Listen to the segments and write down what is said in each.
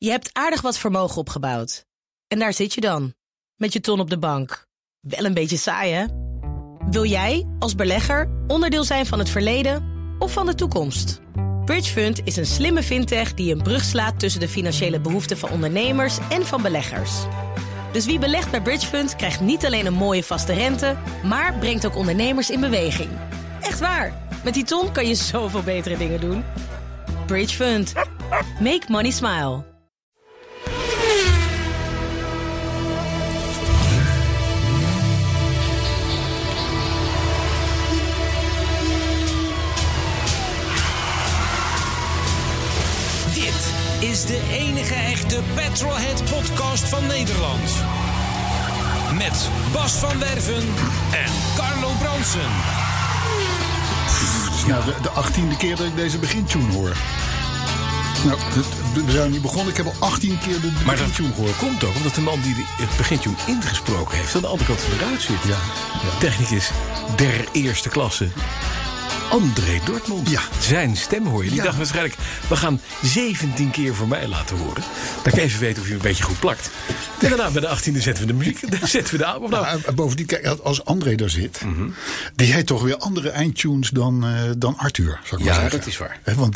Je hebt aardig wat vermogen opgebouwd. En daar zit je dan, met je ton op de bank. Wel een beetje saai, hè? Wil jij, als belegger, onderdeel zijn van het verleden of van de toekomst? Bridgefund is een slimme fintech die een brug slaat tussen de financiële behoeften van ondernemers en van beleggers. Dus wie belegt bij Bridgefund krijgt niet alleen een mooie vaste rente, maar brengt ook ondernemers in beweging. Echt waar, met die ton kan je zoveel betere dingen doen. Bridgefund. Make money smile. Is de enige echte Petrolhead-podcast van Nederland. Met Bas van Werven en Carlo Bronsen. Het is nou de 18e keer dat ik deze begintune hoor. Nou, we zijn niet begonnen. Ik heb al 18 keer de begintune gehoord. Komt ook omdat de man die het begintune ingesproken heeft aan de andere kant van de ruit zit. Ja. Technicus der eerste klasse. André Dortmund. Ja. Zijn stem hoor je. Die dacht waarschijnlijk, we gaan 17 keer voor mij laten horen. Dat ik even weet of je een beetje goed plakt. En daarna bij de 18e zetten we de muziek. Zetten we de avond. Nou. Bovendien, kijk, als André daar zit, die heeft toch weer andere eindtunes dan Arthur, zou ik maar zeggen. Ja, dat is waar. Want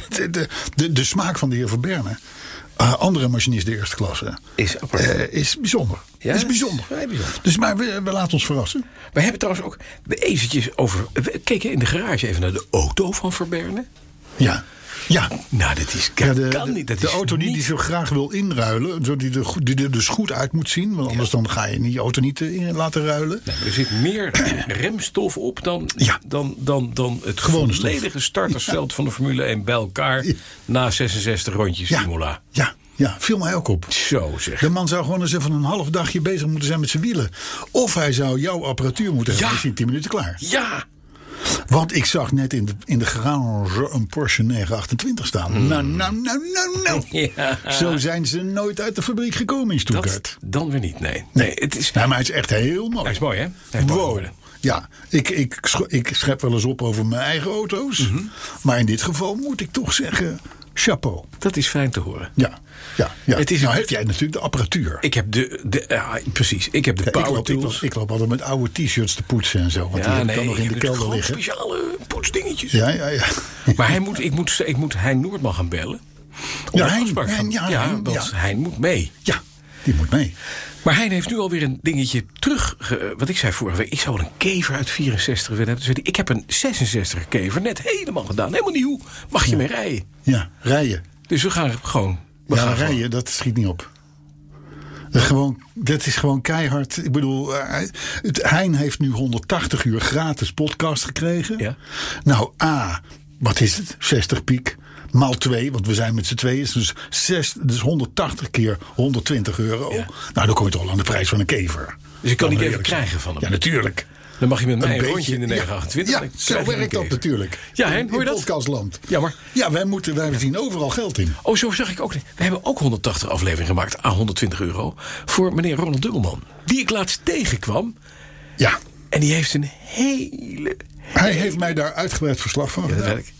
de smaak van de heer Verberne, andere machinist de eerste klasse, is bijzonder. Ja, is bijzonder. Dus maar we laten ons verrassen. We hebben trouwens ook eventjes over. We keken in de garage even naar de auto van Verberne. Ja. Nou, dat is kan niet. Dat de is auto die hij zo graag wil inruilen, die er dus goed uit moet zien. Want anders dan ga je die auto niet in laten ruilen. Nee, maar er zit meer remstof op dan het gewone volledige startersveld van de Formule 1 bij elkaar na 66 rondjes Imola. Ja, viel mij ook op. Zo zeg. De man zou gewoon eens even een half dagje bezig moeten zijn met zijn wielen. Of hij zou jouw apparatuur moeten hebben. Dan is hij 10 minuten klaar. Ja. Want ik zag net in de garage een Porsche 928 staan. Nou. Ja. Zo zijn ze nooit uit de fabriek gekomen in Stuttgart. Dat dan weer niet, nee. Het is... maar het is echt heel mooi. Hij is mooi, hè? Hij is wow. Ja, ik schep wel eens op over mijn eigen auto's. Maar in dit geval moet ik toch zeggen, chapeau. Dat is fijn te horen. Ja. Het is heb jij natuurlijk de apparatuur. Ik heb precies. Ik heb de power tools. Ik loop altijd met oude t-shirts te poetsen en zo. Want die heb ik dan nog in de kelder liggen. Speciale poetsdingetjes. Ja. Maar ik moet Hein Noordman gaan bellen. Want Hein moet mee. Ja, die moet mee. Maar Hein heeft nu alweer een dingetje terug. Wat ik zei vorige week. Ik zou wel een kever uit 64 willen hebben. Dus ik heb een 66 kever net helemaal gedaan. Helemaal nieuw. Mag je mee rijden? Ja, rijden. Dus we gaan gewoon. Rijden, dat schiet niet op. Dat is gewoon keihard. Ik bedoel, Hein heeft nu 180 uur gratis podcast gekregen. Ja. Nou, wat is het? 60 piek. Maal 2, want we zijn met z'n tweeën. Dus 180 keer €120. Ja. Nou, dan kom je toch al aan de prijs van een kever. Dus ik kan niet even krijgen van hem? Ja, natuurlijk. Dan mag je met mij een rondje in de 928. Ja, zo werkt dat natuurlijk. Ja, Hein, hoor je dat? Podcastland. Ja, maar... Ja, wij zien overal geld in. Oh, zo zag ik ook. We hebben ook 180 afleveringen gemaakt aan €120 voor meneer Ronald Dubbelman. Die ik laatst tegenkwam. Ja. En die heeft een hele... Hij heeft mij daar uitgebreid verslag van gedaan. Dat weet ik.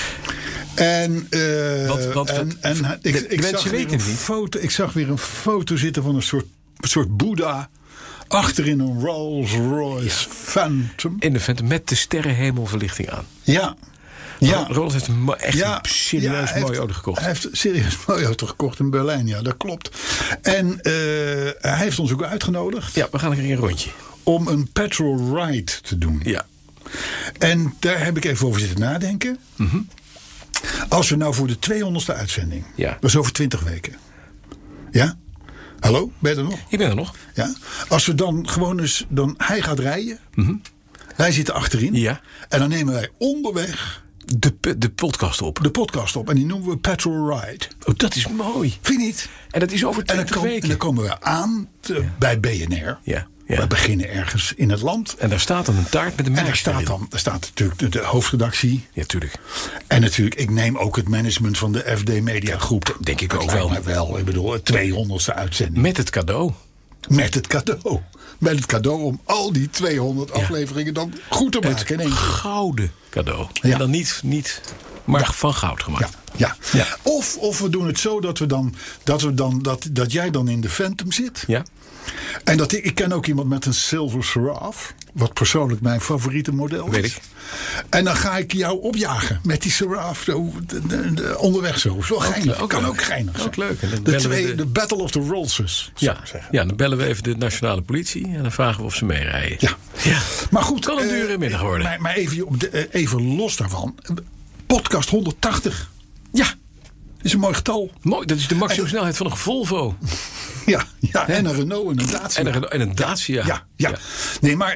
Ik zag weer een foto zitten van een soort Boeddha achterin een Rolls Royce Phantom. In de Phantom met de sterrenhemelverlichting aan. Ja. Ronald heeft een serieus mooie auto gekocht. Hij heeft een serieus mooie auto gekocht in Berlijn, ja, dat klopt. En hij heeft ons ook uitgenodigd. Ja, we gaan een rondje. Om een petrol ride te doen. Ja. En daar heb ik even over zitten nadenken. Als we nou voor de 200ste uitzending. Ja. Dat is over 20 weken. Ja? Hallo, ben je er nog? Ik ben er nog. Ja. Als we dan gewoon eens... Hij gaat rijden. Wij zitten achterin. Ja. En dan nemen wij onderweg... De podcast op. De podcast op. En die noemen we Petrol Ride. Oh, dat is mooi. Vind je niet? En dat is over 20 weken. En dan komen we aan bij BNR. Ja. We beginnen ergens in het land. En daar staat dan een taart met een meisje. En daar staat natuurlijk de hoofdredactie. Ja, tuurlijk. En natuurlijk, ik neem ook het management van de FD Media Groep. Denk ik ook wel. Maar wel, ik bedoel, het 200ste uitzending. Met het cadeau. Met het cadeau om al die 200 afleveringen dan goed te maken. Het gouden cadeau. Ja. En dan niet maar van goud gemaakt. Ja. Of we doen het zo dat jij dan in de Phantom zit. Ja. En dat ik ken ook iemand met een Silver Seraph. Wat persoonlijk mijn favoriete model is. Weet ik. En dan ga ik jou opjagen met die Seraph. Onderweg zo. Zo geinig. Ook kan leuk. ook geinig zijn. Ook leuk. En dan De Battle of the Rollses. Ja, dan bellen we even de nationale politie. En dan vragen we of ze meerijden. Ja. Maar goed. Kan een dure middag worden. Maar even los daarvan. Podcast 180. Ja. Dat is een mooi getal. Mooi, dat is de maximumsnelheid van een Volvo. Ja, en een Renault en een Dacia. En een Dacia. Ja. Nee, maar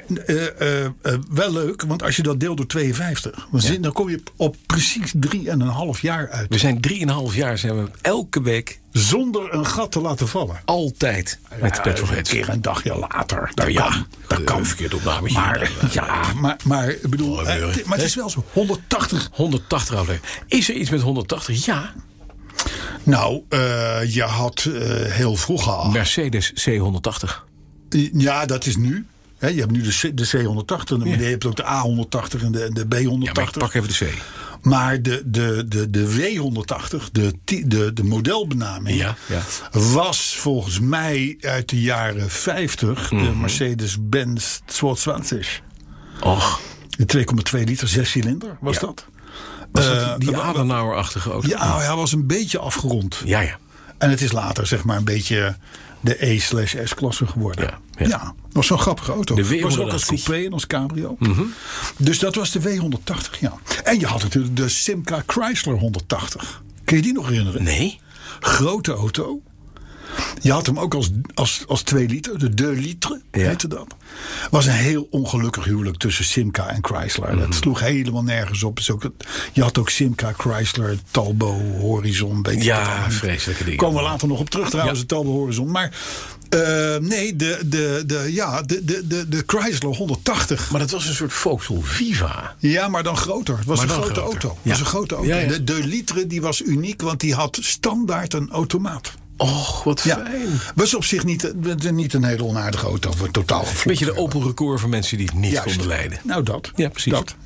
wel leuk, want als je dat deelt door 52, dan kom je op precies 3,5 jaar uit. We zijn 3,5 jaar zijn we elke week zonder een gat te laten vallen. Altijd met de Petrolheads. Een keer een dagje later. Dat kan. Verkeerd opname. Maar ik bedoel, maar het is wel zo. 180 afleveringen. Is er iets met 180? Ja. Nou, je had heel vroeg gehad. Mercedes C180. Ja, dat is nu. Je hebt nu de C180. Maar je hebt ook de A180 en de B180. Ja, maar ik pak even de C. Maar de W180, de modelbenaming, was volgens mij uit de jaren 50 de Mercedes-Benz 220. Och. De 2,2 liter 6-cilinder was dat. Was dat die Adenauer-achtige auto? Ja, hij was een beetje afgerond. Ja. En het is later zeg maar een beetje de E/S-klasse geworden. Ja, dat was zo'n grappige auto. De was ook als coupé en als cabrio. Dus dat was de W180, ja. En je had natuurlijk de Simca Chrysler 180. Kun je die nog herinneren? Nee. Grote auto. Je had hem ook als 2 liter, de 2 litre heette dat. Was een heel ongelukkig huwelijk tussen Simca en Chrysler. Dat sloeg helemaal nergens op. Je had ook Simca, Chrysler, Talbot, Horizon. Vreselijke dingen. Komen we later nog op terug trouwens, de Talbot, Horizon. Maar nee, de Chrysler 180. Maar dat was een soort Vauxhall Viva. Ja, maar dan groter. Het was een grote auto. Het was een grote auto. Ja. De 2 litre die was uniek, want die had standaard een automaat. Och, wat fijn. Was op zich niet een hele onaardige auto. Totaal geflopt. Beetje de open record voor mensen die het niet konden leiden. Nou, dat. Ja, precies. Dat.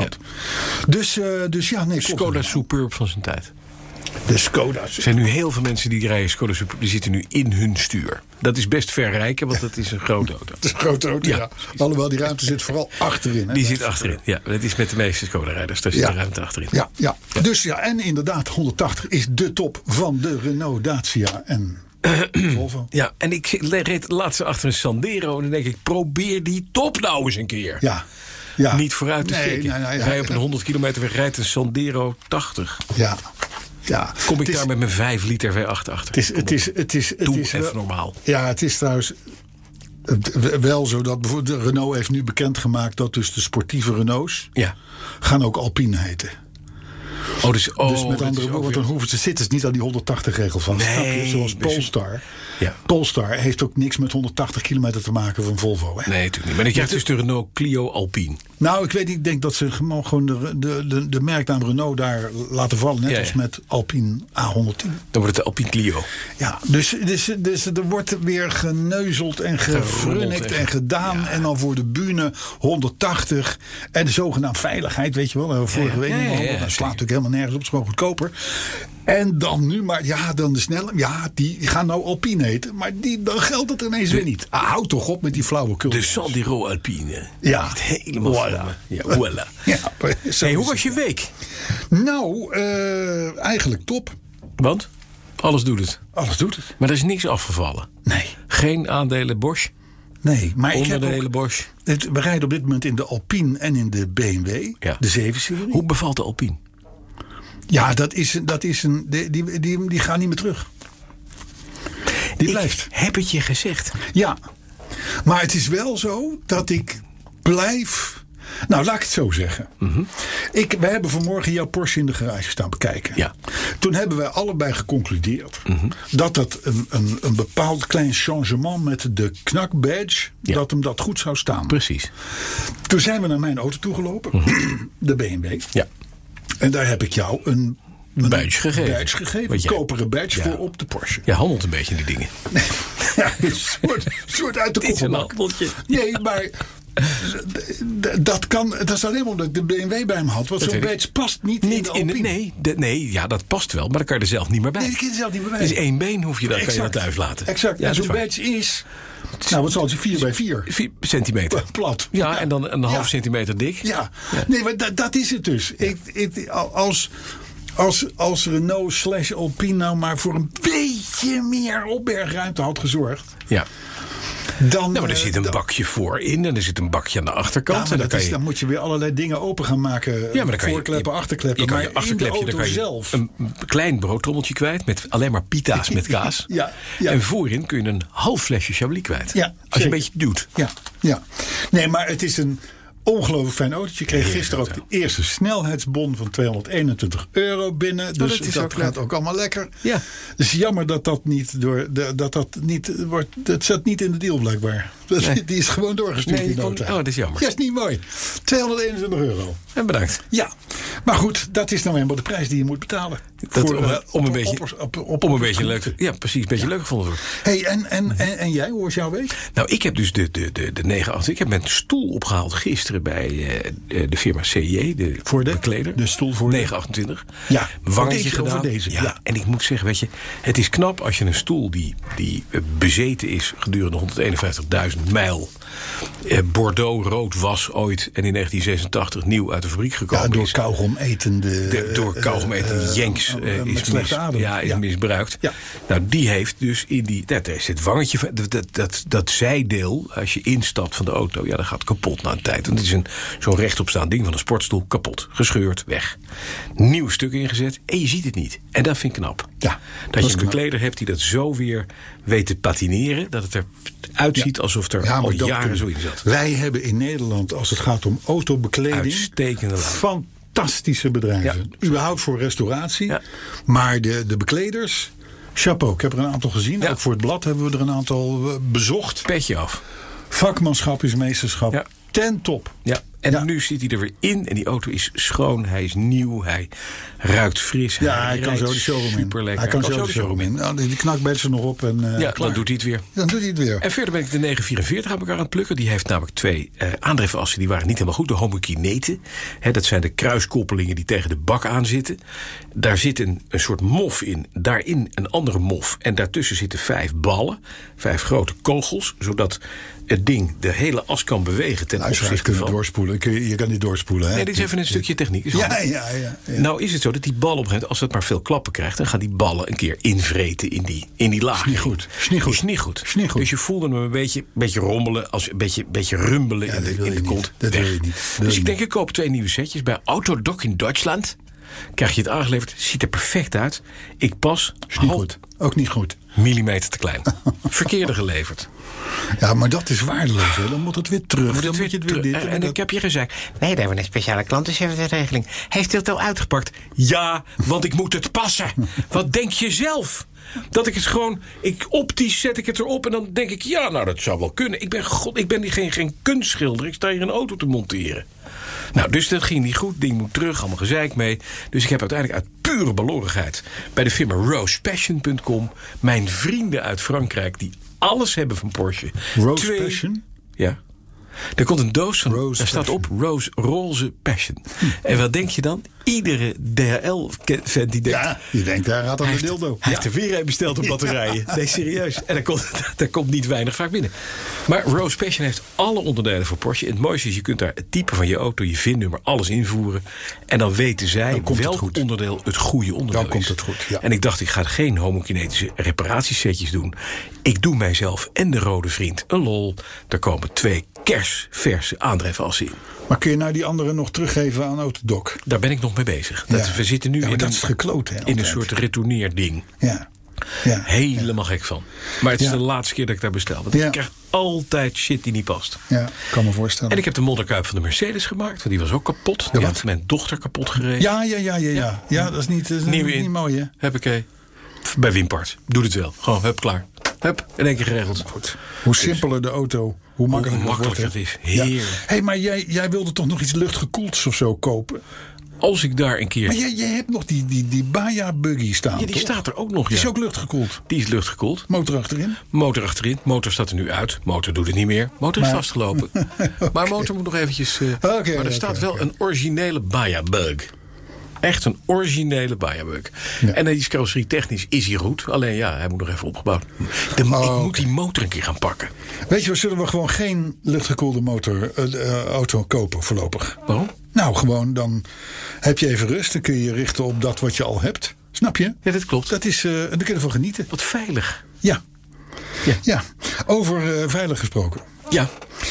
Dus ja, nee. Skoda Superb van zijn tijd. De Skoda's. Er zijn nu heel veel mensen die rijden Skoda Superb. Die zitten nu in hun stuur. Dat is best verrijken, want het is een grote auto. Het is een grote auto, ja. Alhoewel die ruimte zit vooral achterin. Hè? Die zit achterin, ja. Dat is met de meeste Skoda-rijders. Daar zit de ruimte achterin. Ja. Dus en inderdaad, 180 is de top van de Renault, Dacia en Volvo. Ja, en ik reed laatst achter een Sandero. En dan denk ik, probeer die top nou eens een keer. Ja. Niet vooruit te steken. Rij op een 100 kilometer weg, rijdt een Sandero 80. Ja. Kom ik daar met mijn 5 liter V8 achter? Het is even normaal. Ja, het is trouwens wel zo dat bijvoorbeeld de Renault heeft nu bekendgemaakt dat dus de sportieve Renaults gaan ook Alpine heten. Dus met andere woorden, dan hoeven ze zitten niet aan die 180 regel van. Nee, zoals Polestar. Ja. Polestar heeft ook niks met 180 kilometer te maken van Volvo. Hè? Nee, natuurlijk niet. Maar dan krijg je dus de Renault Clio Alpine. Nou, ik denk dat ze gewoon de merknaam Renault daar laten vallen. Net als met Alpine A110. Dan wordt het de Alpine Clio. Ja, dus er wordt weer geneuzeld en gefrunnikt en gedaan. Ja. En dan voor de bühne 180. En de zogenaamde veiligheid, weet je wel. Vorige week nog. Dat slaat natuurlijk helemaal nergens op. Het is gewoon goedkoper. En dan nu maar, dan de snelle. Ja, die gaan nou Alpine heten. Maar dan geldt het ineens weer niet. Houd toch op met die flauwekul. De Sandero Alpine. Ja. Helemaal voilà. Ja, voilà. Ja, hoe was je week? Nou, eigenlijk top. Want? Alles doet het. Alles doet het. Maar er is niks afgevallen. Nee. Geen aandelen Bosch? Nee. Maar onderdelen Bosch? We rijden op dit moment in de Alpine en in de BMW. Ja. De 7-serie. Hoe bevalt de Alpine? Ja, die gaan niet meer terug. Die blijft. Heb het je gezegd? Ja. Maar het is wel zo dat ik blijf. Nou, laat ik het zo zeggen. We hebben vanmorgen jouw Porsche in de garage staan bekijken. Ja. Toen hebben wij allebei geconcludeerd dat een bepaald klein changement met de knakbadge, dat hem dat goed zou staan. Precies. Toen zijn we naar mijn auto toegelopen, de BMW. Ja. En daar heb ik jou een badge gegeven. Een koperen badge voor op de Porsche. Je handelt een beetje in die dingen. Ja, een soort uit de kofferbak. Nee, maar Dat is alleen maar omdat ik de BMW bij hem had. Want zo'n badge past niet in de Alpine. Nee, dat past wel, maar dan kan je er zelf niet meer bij. Nee, dat kan je er zelf niet meer bij. Dus 1 been hoef je dan, kan je dat thuis laten. Exact. Ja, en zo'n badge is... Nou, wat zal het 4 bij 4? 4 centimeter. Plat. Ja, en dan een half centimeter dik. Ja. Nee, maar dat is het dus. Als Renault/Alpine nou maar voor een beetje meer opbergruimte had gezorgd... Ja. Maar er zit een bakje voorin en er zit een bakje aan de achterkant. Ja, maar dan moet je weer allerlei dingen open gaan maken. Ja, maar dan voorkleppen, achterkleppen. Je kan je achterklepje, dan kan je zelf een klein broodtrommeltje kwijt met alleen maar pita's met kaas. Ja. En voorin kun je een half flesje Chablis kwijt. Ja, als je een beetje duwt. Ja. Nee, maar het is een ongelooflijk fijn autootje. Je kreeg gisteren ook de eerste snelheidsbon van €221 binnen. Dus dat gaat ook allemaal lekker. Ja. Dus jammer dat niet wordt. Dat zat niet in de deal blijkbaar. Nee. Die is gewoon doorgestuurd in de auto. Dat is jammer. Ja, is niet mooi. €221. En bedankt. Ja, maar goed, dat is nou eenmaal de prijs die je moet betalen. Om een beetje leuk. Ja, precies, een beetje leuk gevonden wordt. Hey, en jij, hoe was jouw week? Nou, ik heb dus de 9-8. Ik heb mijn stoel opgehaald gisteren bij de firma CJ, de bekleder. De stoel voor 928. Ja, wangetje gedaan. Over deze. Ja, en ik moet zeggen, weet je, het is knap als je een stoel die bezeten is gedurende 151.000 mijl. Bordeaux rood was ooit en in 1986 nieuw uit de fabriek gekomen. Door kauwgom etende. Door kauwgom etende Jenks is misbruikt. Ja. Nou, die heeft dus in die. Daar is het wangetje. Dat zijdeel, als je instapt van de auto, dan gaat kapot na een tijd. Want het is zo'n rechtopstaand ding van een sportstoel, kapot, gescheurd, weg. Nieuw stuk ingezet en je ziet het niet. En dat vind ik knap. Ja, dat je een bekleder hebt die dat zo weer weet te patineren, dat het eruit ziet alsof er al jaren zo in zat. Wij hebben in Nederland, als het gaat om autobekleding, uitstekende fantastische bedrijven. Ja. Überhaupt voor restauratie. Ja. Maar de bekleders, chapeau. Ik heb er een aantal gezien. Ja. Ook voor het blad hebben we er een aantal bezocht. Petje af. Vakmanschap is meesterschap. Ja. Ten top. Ja. En nu zit hij er weer in en die auto is schoon, hij is nieuw, hij ruikt fris. Hij kan zo de showroom in. Hij kan zo de showroom in. Die knakbedje nog op en dan doet hij het weer. En verder ben ik de 944 aan elkaar aan het plukken. Die heeft namelijk 2 aandrijfassen, die waren niet helemaal goed. De homokineten, dat zijn de kruiskoppelingen die tegen de bak aan zitten. Daar zit een soort mof in, daarin een andere mof. En daartussen zitten 5 ballen, 5 grote kogels, zodat het ding de hele as kan bewegen ten opzichte van. Doorspoelen. Je kan niet doorspoelen. Hè? Nee, dit is even een stukje techniek. Ja. Nou is het zo dat die bal op een gegeven moment, als het maar veel klappen krijgt, dan gaan die ballen een keer invreten in die laag. Is niet goed. Dus je voelde hem een beetje rommelen, als een beetje rumbelen in de kont. Dat wil je niet. Dus ik denk, ik koop 2 nieuwe setjes bij Autodoc in Duitsland. Krijg je het aangeleverd, ziet er perfect uit. Ik pas. Is niet goed. Ook niet goed. Millimeter te klein. Verkeerde geleverd. Ja, maar dat is waardeloos. Hè? Dan moet het weer terug. En ik heb je gezegd, nee, daar hebben we een speciale klantenservice-regeling. Heeft u het al uitgepakt? Ja, want ik moet het passen. Wat denk je zelf? Dat ik het gewoon, optisch zet ik het erop en dan denk ik, ja, nou, dat zou wel kunnen. Ik ben geen kunstschilder. Ik sta hier een auto te monteren. Nou, dus dat ging niet goed. Ding moet terug, allemaal gezeik mee. Dus ik heb uiteindelijk uit pure balorigheid bij de firma RosePassion.com mijn vrienden uit Frankrijk die alles hebben van Porsche. Rose Passion? Ja. Er komt een doos van, daar staat op Roze Passion. En wat denk je dan? Iedere DHL-vent die denkt... Ja, je denkt, daar gaat dan een dildo. Hij heeft er weer een besteld op batterijen. Nee, serieus. En daar komt niet weinig vaak binnen. Maar Rose Passion heeft alle onderdelen voor Porsche. En het mooiste is, je kunt daar het type van je auto, je VIN-nummer, alles invoeren. En dan weten zij welk onderdeel het goede onderdeel is. Dan komt het goed, ja. En ik dacht, ik ga geen homokinetische reparatiesetjes doen. Ik doe mijzelf en de rode vriend een lol. Er komen 2 kersverse aandrijfassen in. Maar kun je nou die andere nog teruggeven aan Autodoc? Daar ben ik nog mee bezig. We zitten nu in een soort retourneerding. Ja. Helemaal gek van. Maar het is de laatste keer dat ik daar bestel. Want ik krijg altijd shit die niet past. Ja, kan me voorstellen. En ik heb de modderkuip van de Mercedes gemaakt. Want die was ook kapot. Die had mijn dochter kapot gereden. Ja, dat is niet mooi, hè? Huppakee. Bij Wimpart. Doe het wel. Gewoon, hup, klaar. Hup, in 1 keer geregeld. Goed. Hoe simpeler de auto, hoe makkelijker het is. Heerlijk. Hey, maar jij wilde toch nog iets luchtgekoelds of zo kopen? als ik daar een keer... Maar je hebt nog die Baja buggy staan, Ja, die toch? staat er ook nog, Die ja. is ook luchtgekoeld. Die is luchtgekoeld. Motor achterin. Motor achterin. Motor staat er nu uit. Motor doet het niet meer. Motor is vastgelopen. Maar motor moet nog eventjes... maar er staat wel een originele Baja Bug. Echt een originele Baja Bug. Ja. En die carrosserie technisch is hij goed. Alleen ja, hij moet nog even opgebouwd. Ik moet die motor een keer gaan pakken. Weet je, zullen we gewoon geen luchtgekoelde auto kopen voorlopig? Waarom? Nou, gewoon dan heb je even rust. Dan kun je je richten op dat wat je al hebt. Snap je? Ja, dat klopt. Dat is, en daar kun je ervan genieten. Wat veilig. Ja. Over veilig gesproken. Ja.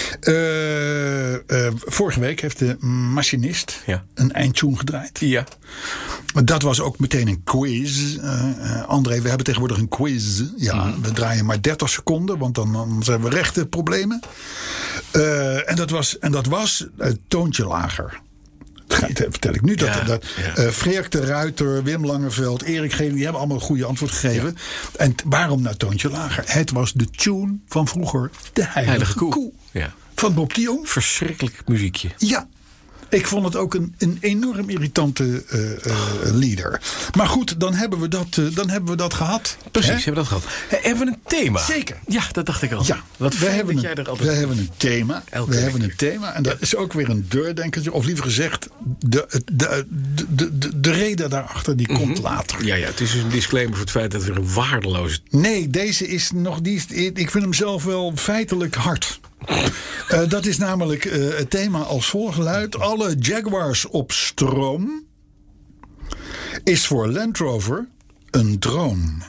Vorige week heeft de machinist Ja. een eindtune gedraaid. Ja. Dat was ook meteen een quiz. André, we hebben tegenwoordig een quiz. Ja, we draaien maar 30 seconden, want dan zijn we rechte problemen. En dat was het toontje lager. Dat vertel ik nu. Freek de Ruiter, Wim Langeveld, Erik Gele, die hebben allemaal een goede antwoord gegeven. Ja. En waarom nou toontje lager? Het was de tune van vroeger, de Heilige Koe. Ja. Van Bob de Jong. Verschrikkelijk muziekje. Ja. Ik vond het ook een enorm irritante leader. Maar goed, dan hebben we dat gehad. Precies, Hè? hebben we dat gehad. Hebben we een thema? Zeker. Ja, dat dacht ik al. Ja, Wat we hebben een thema. Elke week een thema. En dat is ook weer een deurdenkertje. Of liever gezegd, de reden daarachter die komt later. Ja, het is dus een disclaimer voor het feit dat we een waardeloze... Nee, deze is nog... ik vind hem zelf wel feitelijk hard. Dat is namelijk het thema als volgt luidt. Alle Jaguars op stroom is voor Land Rover een droom.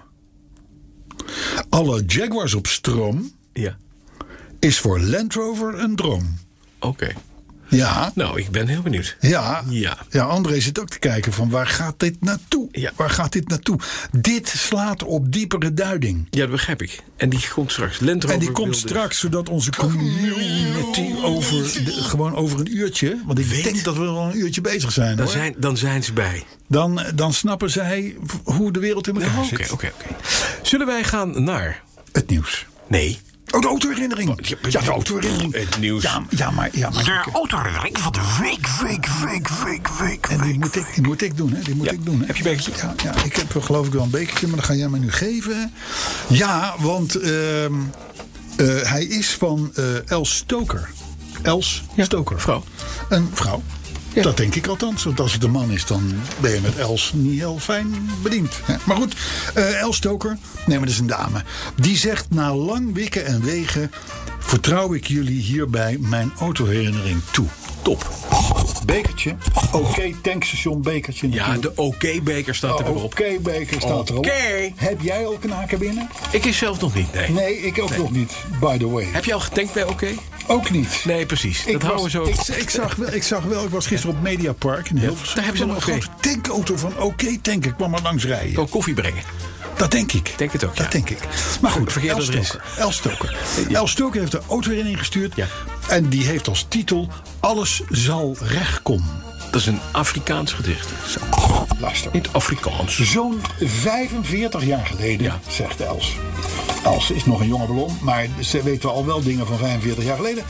Alle Jaguars op stroom is voor Land Rover een droom. Oké. Ja. Nou, ik ben heel benieuwd. Ja, André zit ook te kijken van waar gaat dit naartoe? Ja. Waar gaat dit naartoe? Dit slaat op diepere duiding. Ja, dat begrijp ik. En die komt straks. Land Rover En die komt straks, zodat onze community gewoon over een uurtje... want ik denk dat we al een uurtje bezig zijn. Dan zijn ze bij. Dan snappen zij hoe de wereld in elkaar zit. Oké. Zullen wij gaan naar... Het nieuws. Nee. Oh, de autoherinnering. Ja, de autoherinnering. Het nieuws. Ja, maar De autoherinnering van de week. En die moet ik doen, hè? Die moet ik doen. Hè? Heb je een bekertje? Ja, ik heb geloof ik wel een bekertje, maar dat ga jij me nu geven. Ja, want hij is van Els Stoker. Els Stoker. Vrouw. Een vrouw. Ja. Dat denk ik althans. Want als het een man is, dan ben je met Els niet heel fijn bediend. Hè? Maar goed, Els Stoker, nee, maar dat is een dame. Die zegt, na lang wikken en wegen vertrouw ik jullie hierbij mijn autoherinnering toe. Top. Bekertje. Oké, tankstation bekertje. Ja, natuurlijk. de oké-beker staat er weer op. Oké, beker staat erop. Oké. Heb jij al knaken binnen? Ik is zelf nog niet, nee. Nee, ik ook nog niet, by the way. Heb je al getankt bij oké? Ook niet. Nee, precies. Dat houden we zo. Ik zag wel, ik was gisteren op Mediapark in Hilversum. Daar hebben ze een grote tankauto van oké tanken. Ik kwam er langs rijden. Ik wil koffie brengen. Dat denk ik. Denk het ook, Dat denk ik. Maar goed, vergeet Els adres. Stoker. Els Stoker. Els Stoker heeft de autoherinnering gestuurd. Ja. En die heeft als titel Alles zal recht komen. Dat is een Afrikaans gedicht. Luister. In het Afrikaans. Zo'n 45 jaar geleden, zegt Els. Els is nog een jonge ballon, maar ze weten al wel dingen van 45 jaar geleden.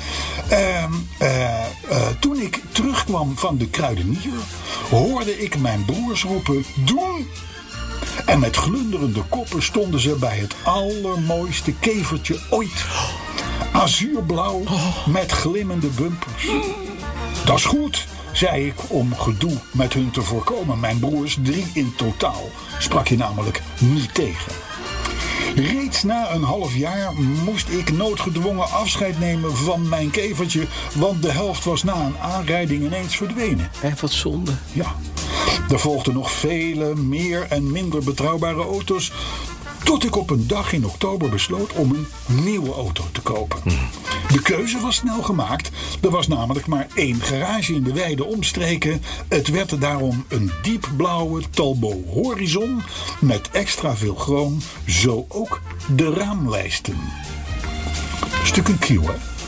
Toen ik terugkwam van de kruidenier, hoorde ik mijn broers roepen, doen! En met glunderende koppen stonden ze bij het allermooiste kevertje ooit. Azuurblauw met glimmende bumpers. Dat is goed, zei ik om gedoe met hun te voorkomen. Mijn broers, 3 in totaal, sprak je namelijk niet tegen. Reeds na een half jaar moest ik noodgedwongen afscheid nemen van mijn kevertje, want de helft was na een aanrijding ineens verdwenen. En wat zonde. Ja, er volgden nog vele meer en minder betrouwbare auto's, tot ik op een dag in oktober besloot om een nieuwe auto te kopen. De keuze was snel gemaakt. Er was namelijk maar 1 garage in de wijde omstreken. Het werd daarom een diepblauwe Talbot Horizon met extra veel chroom, zo ook de raamlijsten. Stuk een kieuw, hè?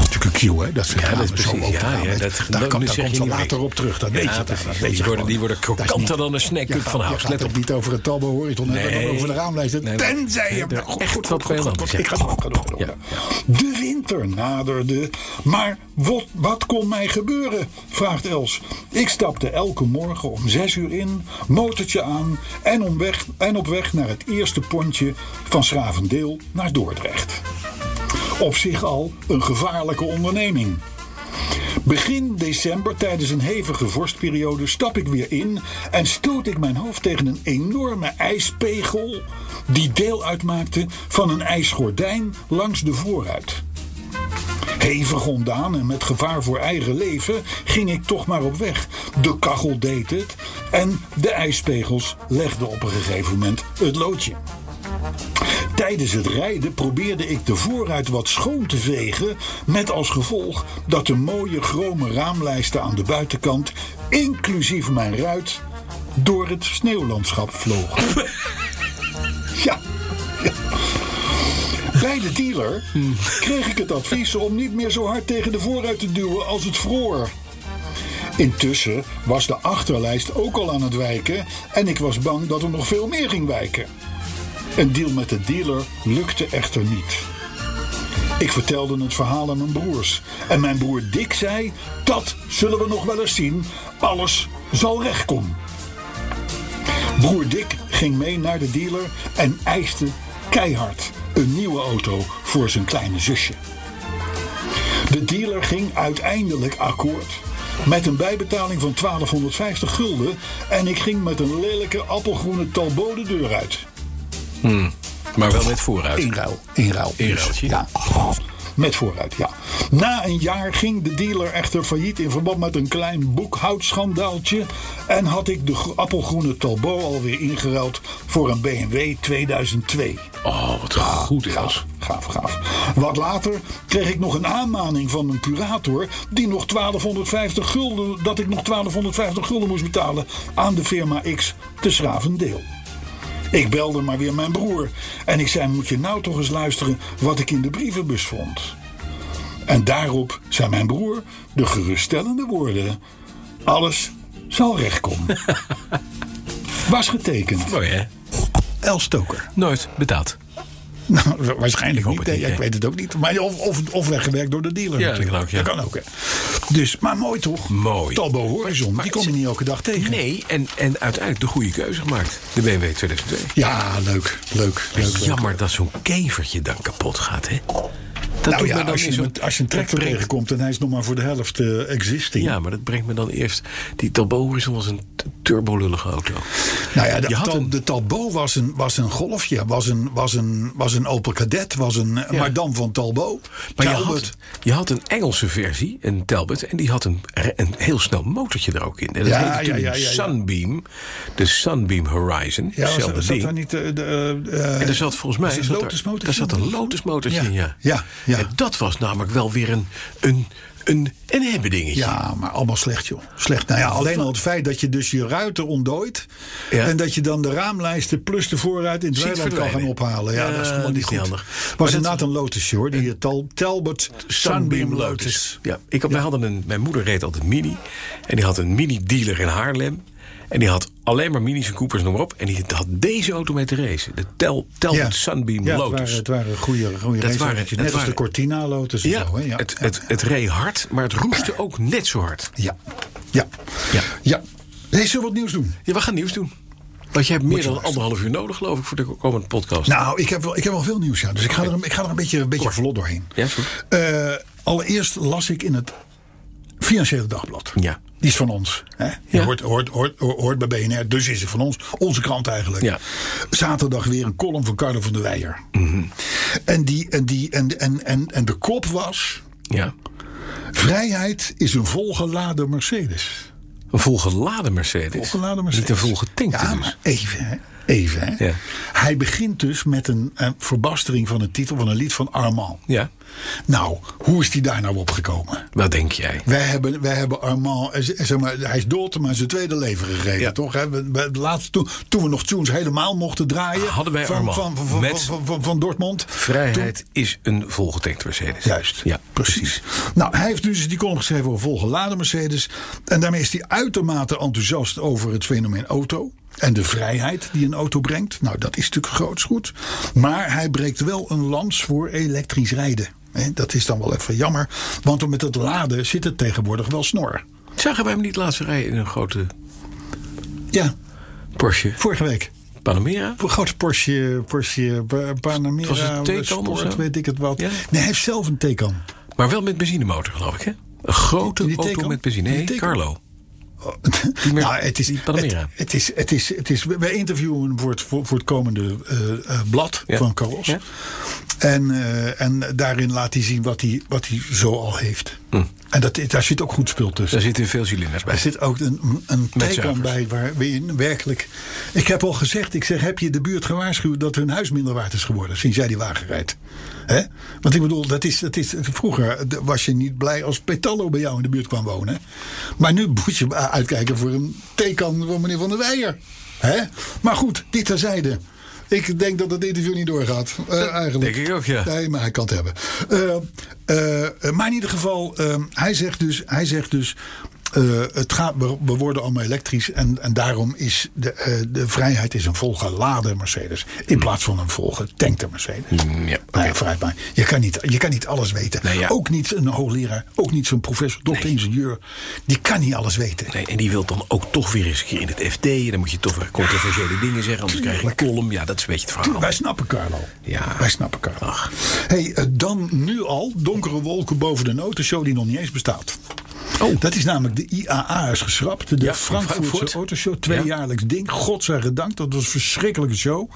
natuurlijk een queue, hè? Dat is precies. Daar komt ze later op terug. Dat weet je. Die worden krokanter dan een snackcup van Haus. Let op, niet over het Talbot Horizon, maar over de raamlijsten. Tenzij je echt wat vijand. Ik ga door. Ja. De winter naderde, maar wat kon mij gebeuren? Vraagt Els. Ik stapte elke morgen om 6 uur in, motortje aan en op weg naar het eerste pontje van 's-Gravendeel naar Dordrecht. Op zich al een gevaarlijke onderneming. Begin december, tijdens een hevige vorstperiode, stap ik weer in en stoot ik mijn hoofd tegen een enorme ijspegel die deel uitmaakte van een ijsgordijn langs de voorruit. Hevig ontdaan en met gevaar voor eigen leven ging ik toch maar op weg. De kachel deed het en de ijspegels legden op een gegeven moment het loodje. Tijdens het rijden probeerde ik de voorruit wat schoon te vegen, met als gevolg dat de mooie chrome raamlijsten aan de buitenkant, inclusief mijn ruit, door het sneeuwlandschap vlogen. Ja. Bij de dealer kreeg ik het advies om niet meer zo hard tegen de voorruit te duwen als het vroor. Intussen was de achterlijst ook al aan het wijken en ik was bang dat er nog veel meer ging wijken. Een deal met de dealer lukte echter niet. Ik vertelde het verhaal aan mijn broers. En mijn broer Dick zei, dat zullen we nog wel eens zien. Alles zal recht komen. Broer Dick ging mee naar de dealer en eiste keihard een nieuwe auto voor zijn kleine zusje. De dealer ging uiteindelijk akkoord met een bijbetaling van 1250 gulden en ik ging met een lelijke appelgroene Talbot de deur uit. Maar wel met vooruit. Inruiltje. Ja. Met vooruit, ja. Na een jaar ging de dealer echter failliet in verband met een klein boekhoudschandaaltje en had ik de appelgroene Talbot alweer ingeruild voor een BMW 2002. Oh, wat goed is. Gaaf. Wat later kreeg ik nog een aanmaning van een curator die nog 1250 gulden moest betalen aan de firma X te 's-Gravendeel. Ik belde maar weer mijn broer en ik zei, moet je nou toch eens luisteren wat ik in de brievenbus vond. En daarop zei mijn broer de geruststellende woorden, alles zal recht komen. Was getekend. Mooi hè? Els Stoker. Nooit betaald. Nou, waarschijnlijk niet. Ik weet het ook niet. Maar of weggewerkt door de dealer. Ja, dat kan ook. Hè. Dus, maar mooi toch? Mooi. Talbot Horizon, die kom je niet elke dag tegen. Nee, en uiteindelijk de goede keuze gemaakt. De BMW 2002. Ja, leuk. Jammer dat zo'n kevertje dan kapot gaat, hè? Als je een tractor tegenkomt en hij is nog maar voor de helft existing. Ja, maar dat brengt me dan eerst. Die Talbot Horizon was een turbolullige auto. Nou ja, de Talbot was een Golfje, was een Opel Kadett, maar dan van Talbot. Maar je had een Engelse versie, een Talbot, en die had een heel snel motortje er ook in. En dat heette Sunbeam, de Sunbeam Horizon. Ja, hetzelfde ding. Daar niet en er zat volgens mij daar zat een Lotus motortje in, Ja. En dat was namelijk wel weer een hebben dingetje. Ja, maar allemaal slecht, joh. Slecht. Nou ja, alleen al het feit dat je dus je ruiten ontdooit. Ja. En dat je dan de raamlijsten plus de voorruit in het weiland kan gaan ophalen. Ja, dat is gewoon niet goed. Handig. Was inderdaad een Lotusje, hoor. Die Talbot Sunbeam Lotus. Ja, wij hadden mijn moeder reed altijd Mini. En die had een Mini-dealer in Haarlem. En die had alleen maar Minis en Coopers, noem maar op. En die had deze auto mee te racen. De Talbot Sunbeam Lotus. Het waren goede raceauto's. Net als de Cortina Lotus. Ja, zo, hè? Ja, het reed hard, maar het roestte ook net zo hard. Ja. Hey, zullen we wat nieuws doen? Ja, we gaan nieuws doen. Want je hebt meer dan 1,5 uur nodig, geloof ik, voor de komende podcast. Nou, ik heb wel veel nieuws, ja. Dus ik ga er een beetje vlot doorheen. Ja, goed. Allereerst las ik in het Financiële Dagblad. Ja. Die is van ons. Hè? Ja. Hoort bij BNR, dus is het van ons. Onze krant eigenlijk. Ja. Zaterdag weer een column van Carlo van der Weijer. Mm-hmm. En de kop was... Ja. Vrijheid is een volgeladen Mercedes. Een volgeladen Mercedes? Volgeladen Mercedes. Niet een volgetankte ja, dus. Maar even, hè. Even, hè? Ja. Hij begint dus met een verbastering van een titel van een lied van Armand. Ja. Nou, hoe is die daar nou opgekomen? Wat denk jij? Wij hebben Armand, zeg maar, hij is dood, maar zijn tweede leven gegeven, toch? Hè? Toen we nog tunes helemaal mochten draaien. Hadden wij Armand van Dortmund. Vrijheid is een volgetankte Mercedes. Juist, ja, precies. Nou, hij heeft dus die column geschreven over volgeladen Mercedes. En daarmee is hij uitermate enthousiast over het fenomeen auto. En de vrijheid die een auto brengt. Nou, dat is natuurlijk groots goed. Maar hij breekt wel een lans voor elektrisch rijden. Dat is dan wel even jammer. Want met het laden zit het tegenwoordig wel snor. Zagen wij hem niet laatst rijden in een grote Porsche? Vorige week. Panamera? Een grote Porsche Panamera. Was het Taycan of zo? Weet ik het wat. Ja? Nee, hij heeft zelf een Taycan. Maar wel met benzinemotor, geloof ik, hè? Een grote auto Taycan? met benzine. Nee, Carlo. Het is. Wij interviewen hem voor het komende blad van Carlos. Ja. En daarin laat hij zien wat hij zo al heeft. En daar zit ook goed spul tussen. Daar zitten veel cilinders bij. Er zit ook een Taycan bij waar we werkelijk... Ik heb al gezegd, heb je de buurt gewaarschuwd dat hun huis minder waard is geworden sinds jij die wagen rijdt? Hè? Want ik bedoel, vroeger was je niet blij als Petallo bij jou in de buurt kwam wonen. Maar nu moet je uitkijken voor een Taycan van meneer Van der Weijer. Hè? Maar goed, dit terzijde. Ik denk dat het interview niet doorgaat. Eigenlijk. Denk ik ook, ja. Nee, maar hij kan het hebben. Maar in ieder geval, hij zegt dus we worden allemaal elektrisch. En daarom is de vrijheid is een volgeladen Mercedes. In plaats van een volgetankte Mercedes. Ja, okay. Vooruit maar. Je kan niet alles weten. Nee, ja. Ook niet een hoogleraar. Ook niet zo'n professor, dokter-ingenieur. Die kan niet alles weten. Nee, en die wil dan ook toch weer eens een keer in het FD. En dan moet je toch weer controversiële dingen zeggen. Anders krijg je een column. Ja, dat is een beetje het verhaal. Wij snappen Carlo. Ja. Wij snappen Carlo. Dan nu al donkere wolken boven de autoshow die nog niet eens bestaat. Oh. Dat is namelijk de IAA is geschrapt. De Frankfurtse Autoshow. Tweejaarlijks ding. Godzijdank. Dat was een verschrikkelijke show.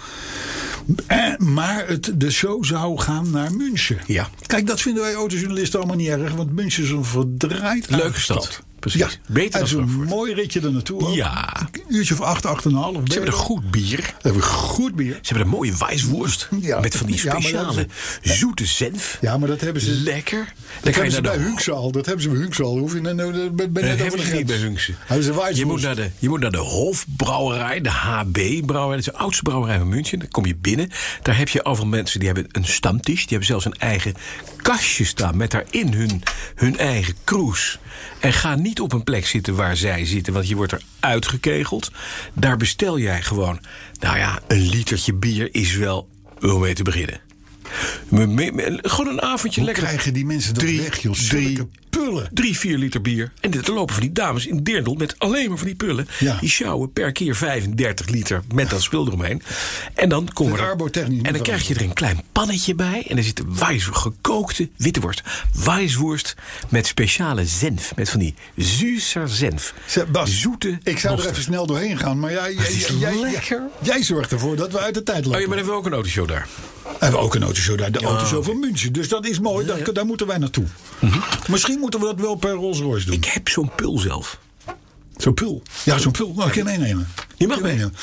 Maar de show zou gaan naar München. Ja. Kijk, dat vinden wij autojournalisten allemaal niet erg. Want München is een verdraaid leuke stad. Precies. Ja, beter dan Frankfurt. Een mooi ritje er naartoe. Ja. Een uurtje of 8,5. Ze hebben er goed bier. Ze hebben een mooie wijsworst. Ja. Met van die speciale zoete senf. Ja, maar dat hebben ze... Lekker. Dat hebben ze bij Hunkse al. Dat hebben ze bij Hunkse al. Hoef je net over de niet bij Hunkse. Je moet naar de Hofbrouwerij. De HB-brouwerij. Dat is de oudste brouwerij van München. Dan kom je binnen. Daar heb je overal mensen die hebben een stamtisch. Die hebben zelfs een eigen kastje staan. Met daarin hun eigen kroes. En ga niet op een plek zitten waar zij zitten. Want je wordt er uitgekegeld. Daar bestel jij gewoon... Nou ja, een litertje bier is wel om mee te beginnen. Gewoon een avondje lekker. Krijgen die mensen dat weg, joh? Zulke pullen. 3-4 liter bier. En er lopen van die dames in Dirndl met alleen maar van die pullen. Ja. Die sjouwen per keer 35 liter met dat spul eromheen. En dan komen en dan krijg je er een klein pannetje bij. En er zit gekookte witte worst. Wijsworst met speciale zenf. Met van die zuurser zenf. Bas, zoete ik zou er even snel doorheen gaan. Maar jij zorgt ervoor dat we uit de tijd lopen. Oh ja, maar hebben we ook een autoshow daar. Hebben we ook een autoshow daar. De autoshow van München. Dus dat is mooi. Daar moeten wij naartoe. Mm-hmm. Misschien moeten we dat wel per Rolls Royce doen. Ik heb zo'n pul zelf. Zo'n pul? Ja, zo'n pul. Nou, ik kan meenemen. Je mag meenemen.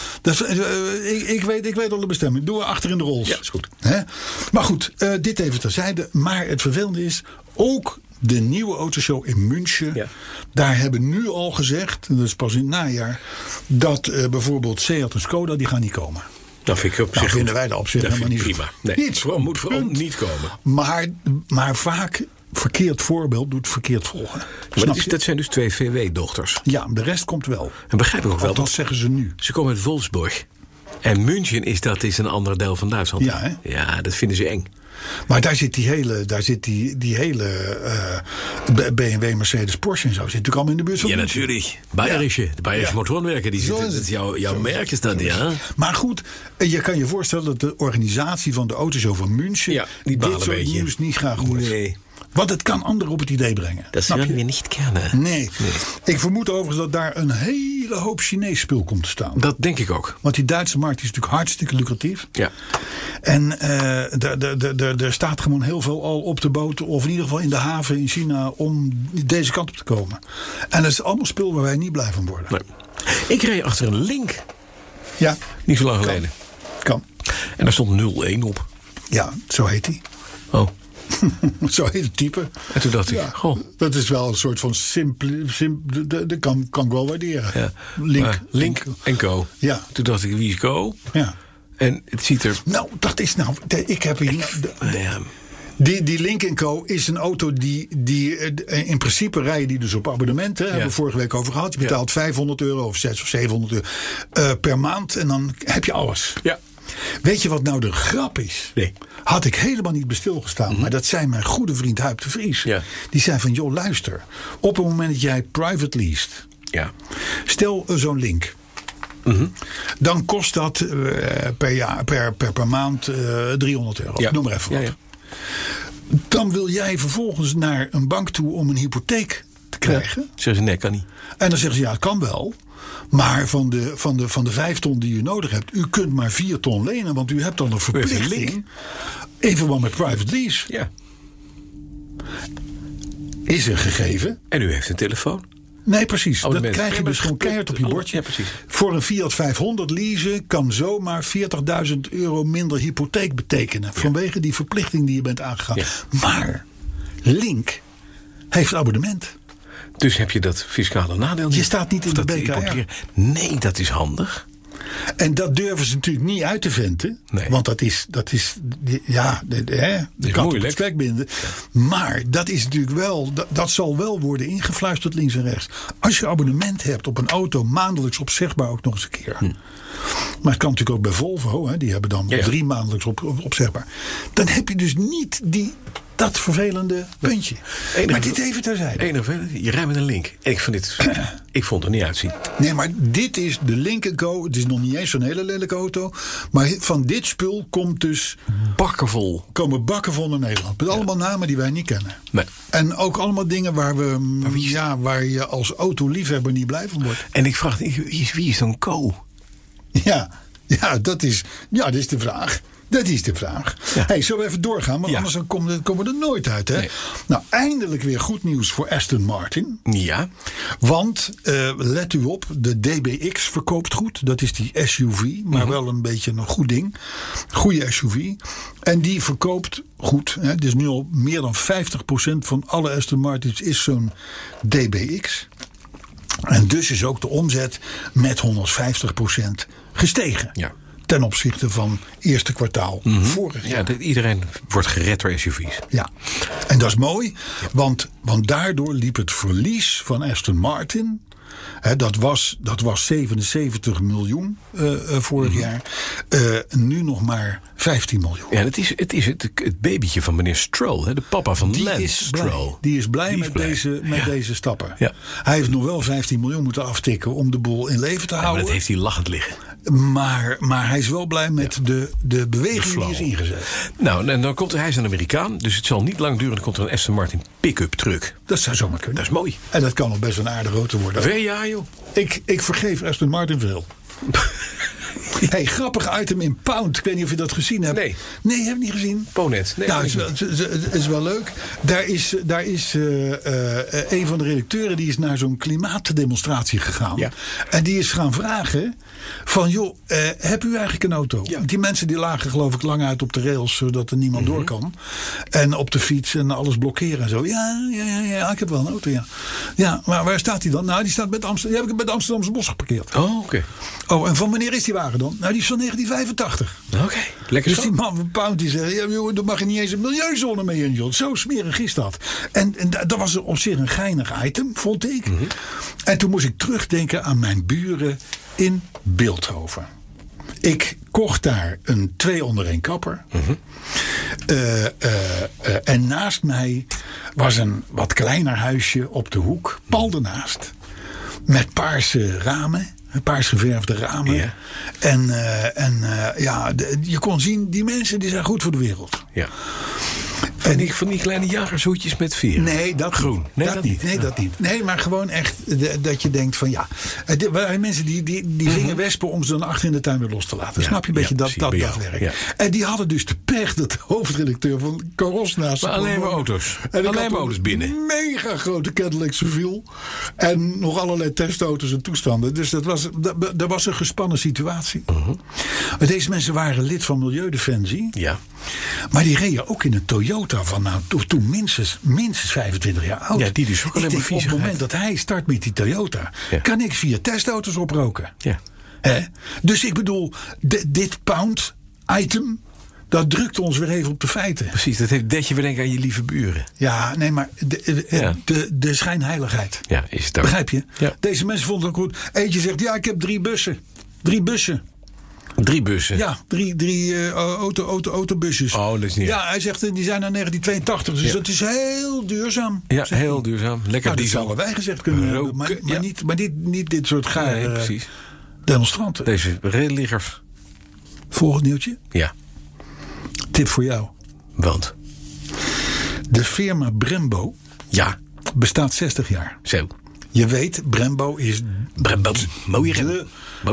Ik weet al de bestemming. Doen we achter in de Rolls. Ja, is goed. Maar goed, dit even terzijde. Maar het vervelende is ook... De nieuwe autoshow in München. Ja. Daar hebben nu al gezegd, dat is pas in het najaar... dat bijvoorbeeld Seat en Skoda, die gaan niet komen. Dat vind ik op zich vinden wij dat op zich helemaal niet prima. Nee, moet vooral niet komen. Maar vaak verkeerd voorbeeld doet verkeerd volgen. Maar dat zijn dus 2 VW-dochters. Ja, de rest komt wel. En begrijp ik ook wel. Dat zeggen ze nu. Ze komen uit Wolfsburg. En München is een ander deel van Duitsland. Ja, hè? Ja, dat vinden ze eng. Maar daar zit die hele BMW, Mercedes, Porsche en zo. Zit natuurlijk allemaal in de buurt van. Ja, natuurlijk. Bayerische. De Bayerische motorenwerken. Die zitten. Dat is jouw merk is dat, ja. Maar goed, je kan je voorstellen dat de organisatie van de autoshow van München dit soort nieuws niet graag hoort. Nee. Want het kan anderen op het idee brengen. Dat zullen we niet kennen. Nee. Ik vermoed overigens dat daar een hele hoop Chinees spul komt te staan. Dat denk ik ook. Want die Duitse markt is natuurlijk hartstikke lucratief. Ja. En er staat gewoon heel veel al op de boot. Of in ieder geval in de haven in China om deze kant op te komen. En dat is allemaal spul waar wij niet blij van worden. Nee. Ik reed achter een Link. Ja. Niet zo lang geleden. Kan. En daar stond 01 op. Ja, zo heet hij. Oh. Zo heet het type. En toen dacht ik, goh. Dat is wel een soort van dat kan ik wel waarderen. Ja. Link en Co. Ja. Toen dacht ik, wie is Co? Ja. En het ziet er... Nou, dat is nou... Ik heb hier... Die Link & Co. is een auto die in principe rijden die dus op abonnement. Hè, hebben we vorige week over gehad. Je betaalt €500 of 600 of 700 per maand. En dan heb je alles. Ja. Weet je wat nou de grap is? Nee. Had ik helemaal niet bij stilgestaan. Maar dat zei mijn goede vriend Huip de Vries. Ja. Die zei van, joh, luister. Op het moment dat jij private leest. Ja. Stel zo'n Link. Dan kost dat per maand €300. Ja. Noem maar even wat. Ja. Dan wil jij vervolgens naar een bank toe om een hypotheek te krijgen. Zeggen ze, nee, kan niet. En dan zeggen ze, ja, het kan wel. Maar van de 5 ton die u nodig hebt, u kunt maar 4 ton lenen. Want u hebt dan een verplichting. In verband met private lease. Ja. Is een gegeven. En u heeft een telefoon. Nee, precies. Dat krijg je dus gewoon keihard op je bordje. Ja, precies. Voor een Fiat 500 leasen kan zomaar €40.000 minder hypotheek betekenen. Ja. Vanwege die verplichting die je bent aangegaan. Ja. Maar Link heeft abonnement. Dus heb je dat fiscale nadeel niet. Je staat niet in de BKR. Nee, dat is handig. En dat durven ze natuurlijk niet uit te venten. Nee. Want dat is de kat op het spek binden. Ja. Maar dat is natuurlijk wel, dat zal wel worden ingefluisterd links en rechts. Als je abonnement hebt op een auto, maandelijks opzegbaar ook nog eens een keer. Maar het kan natuurlijk ook bij Volvo. Hè, die hebben dan 3 maandelijks opzegbaar. Dan heb je dus niet dat vervelende puntje. Maar dit even terzijde. Je rijdt met een Link. En ik vond het er niet uitzien. Nee, maar dit is de Link & Co. Het is nog niet eens zo'n hele lelijke auto. Maar van dit spul komt dus... Komen bakken vol naar Nederland. Met allemaal namen die wij niet kennen. Nee. En ook allemaal dingen waar je als autoliefhebber niet blij van wordt. En ik vraag, wie is dan Co? Ja, dat is de vraag. Dat is de vraag. Ja. Hey, zullen we even doorgaan? Want anders komen we er nooit uit. Hè? Nee. Nou, eindelijk weer goed nieuws voor Aston Martin. Ja. Want, let u op, de DBX verkoopt goed. Dat is die SUV, maar wel een beetje een goed ding. Goeie SUV. En die verkoopt goed. Hè? Dus nu al meer dan 50% van alle Aston Martins is zo'n DBX. En dus is ook de omzet met 150% gestegen. Ja. Ten opzichte van eerste kwartaal vorig jaar. Ja, iedereen wordt gered door SUV's. Ja, en dat is mooi. Ja. Want daardoor liep het verlies van Aston Martin... Dat was 77 miljoen vorig jaar. Nu nog maar 15 miljoen. Ja, het is het babytje van meneer Stroll. Hè? De papa van Lance Stroll. Die is blij met deze stappen. Ja. Hij heeft nog wel 15 miljoen moeten aftikken om de boel in leven te houden. Maar dat heeft hij lachend liggen. Maar hij is wel blij met de beweging die is ingezet. Nou, en dan hij is een Amerikaan. Dus het zal niet lang duren. Dan komt er een Aston Martin pick-up truck. Dat zou zomaar kunnen. Dat is mooi. En dat kan nog best een aardige auto worden. Ja, joh. Ik vergeef Aston Martin veel. Hey, grappig item in Pound. Ik weet niet of je dat gezien hebt. Nee, heb ik niet gezien. Ponet. Nee, nou, het is wel leuk. Daar is een van de redacteuren die is naar zo'n klimaatdemonstratie gegaan. Ja. En die is gaan vragen van, joh, heb u eigenlijk een auto? Ja. Die mensen die lagen geloof ik lang uit op de rails, zodat er niemand door kan. En op de fiets en alles blokkeren en zo. Ja, ik heb wel een auto, ja. Ja, maar waar staat die dan? Nou, die staat bij die heb ik bij het Amsterdamse Bos geparkeerd. Oh, oké. Oh, en van wanneer is die wagen dan? Nou, die is van 1985. Oké, lekker. Dus die man van Pound die zegt, ja, joh, daar mag je niet eens een milieuzone mee in, joh. Zo smerig is dat. En dat was op zich een geinig item, vond ik. En toen moest ik terugdenken aan mijn buren in Bilthoven. Ik kocht daar een 2-onder-1 kapper. En naast mij was een wat kleiner huisje op de hoek. Pal ernaast. Met paarse ramen. Paars geverfde ramen. Ja. En je kon zien, die mensen die zijn goed voor de wereld. Ja. Van die kleine jagershoedjes met veren. Nee, dat groen. Dat niet. Nee, maar gewoon echt dat je denkt van ja. Er waren mensen die vingen wespen om ze dan achter in de tuin weer los te laten. Snap je een beetje dat werk? Ja. En die hadden dus de pech dat de hoofdredacteur van Caros naast. Maar alleen maar auto's. Alleen maar auto's binnen. Mega grote Cadillac Seville. En nog allerlei testauto's en toestanden. Dus dat was een gespannen situatie. Maar deze mensen waren lid van Milieudefensie. Ja. Maar die reden ook in een Toyota van toen minstens 25 jaar oud. Ja, die dus ook alleen maar op het moment dat hij start met die Toyota, kan ik 4 testauto's oproken. Ja. Dus ik bedoel, dit pound item, dat drukt ons weer even op de feiten. Precies, dat je weer denken aan je lieve buren. Ja, nee, maar de schijnheiligheid. Ja, is het ook. Begrijp je? Ja. Deze mensen vonden het ook goed. Eentje zegt, ja, ik heb 3 bussen. 3 bussen. 3 bussen? Ja, 3 autobusjes. Oh, dat is niet. Ja, hij zegt, die zijn naar 1982, dus dat is heel duurzaam. Ja, heel duurzaam. Lekker diesel. Dat zouden wij gezegd kunnen hebben, maar niet dit soort precies. Demonstranten. Deze redeliggers. Volgend nieuwtje. Ja. Tip voor jou. Want? De firma Brembo bestaat 60 jaar. Zo. Je weet, Brembo is mooie Rembo.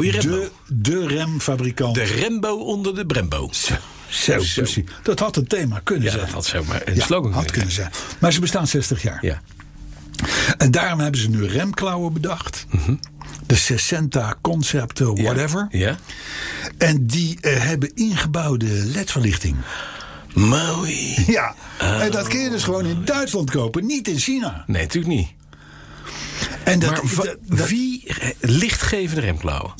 De remfabrikant. De Rembo onder de Brembo. Zo. Precies. Dat had een thema kunnen zijn. Dat had zomaar een slogan had kunnen zijn. Maar ze bestaan 60 jaar. Ja. En daarom hebben ze nu remklauwen bedacht. De 60 Concept, whatever. Ja. En die hebben ingebouwde LED-verlichting. Mooi. Ja. En dat kun je dus gewoon in Duitsland kopen, niet in China. Nee, natuurlijk niet. En wie lichtgevende remklauwen?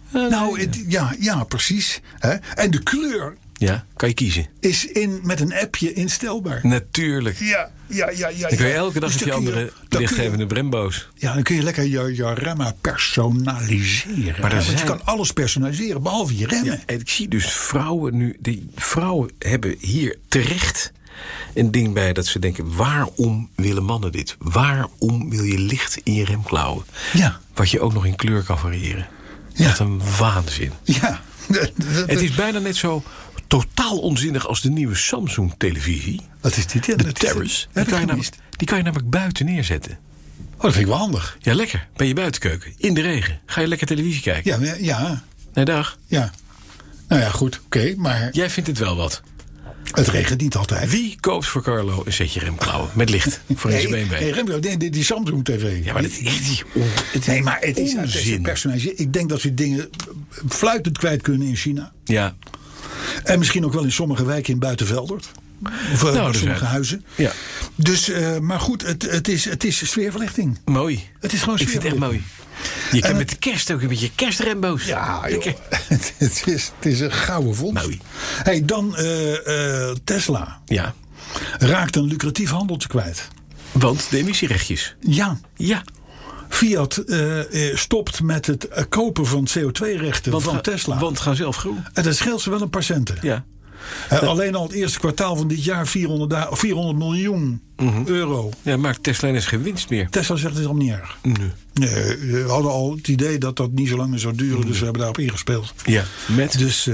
Ja. Ja, precies. En de kleur. Ja, kan je kiezen. Is met een appje instelbaar. Natuurlijk. Ja. Dan kun je elke dag je andere lichtgevende Brembo's. Ja, dan kun je lekker je remmen personaliseren. Maar je kan alles personaliseren, behalve je remmen. Ja, en ik zie dus vrouwen nu. Die vrouwen hebben hier terecht een ding bij dat ze denken, waarom willen mannen dit? Waarom wil je licht in je remklauwen? Ja. Wat je ook nog in kleur kan variëren. Ja. Wat een waanzin. Ja. Het is bijna net zo totaal onzinnig als de nieuwe Samsung-televisie. Wat is die? De Terrace. Die kan je namelijk buiten neerzetten. Oh, dat vind ik wel handig. Ja, lekker. Bij je buitenkeuken. In de regen. Ga je lekker televisie kijken. Ja. Nee, dag. Ja. Nou ja, goed. Oké, maar jij vindt het wel wat. Het regent niet altijd. Wie koopt voor Carlo een setje remklauwen met licht voor in zijn BMW? Nee, die Samsung TV. Ja, maar dat is echt nee, maar het is personaliseerd. Ik denk dat we dingen fluitend kwijt kunnen in China. Ja. En misschien ook wel in sommige wijken in Buitenveldert. Of sommige huizen. Ja. Dus, maar goed, het is sfeerverlichting. Mooi. Het is gewoon sfeerverlichting. Ik vind het echt mooi. Je kan met de kerst ook een beetje kerstrembo's. Ja, joh. Het is een gouden vondst. Mooi. Hey, dan Tesla. Ja. Raakt een lucratief handeltje kwijt. Want de emissierechtjes. Ja. Fiat stopt met het kopen van CO2-rechten van Tesla. Want gaan zelf groen. En dat scheelt ze wel een paar centen. Ja. Alleen al het eerste kwartaal van dit jaar 400 miljoen euro. Ja, maakt Tesla eens geen winst meer. Tesla zegt het is allemaal niet erg. Nee, we hadden al het idee dat dat niet zo lang meer zou duren. Dus we hebben daarop ingespeeld. Ja, met? Dus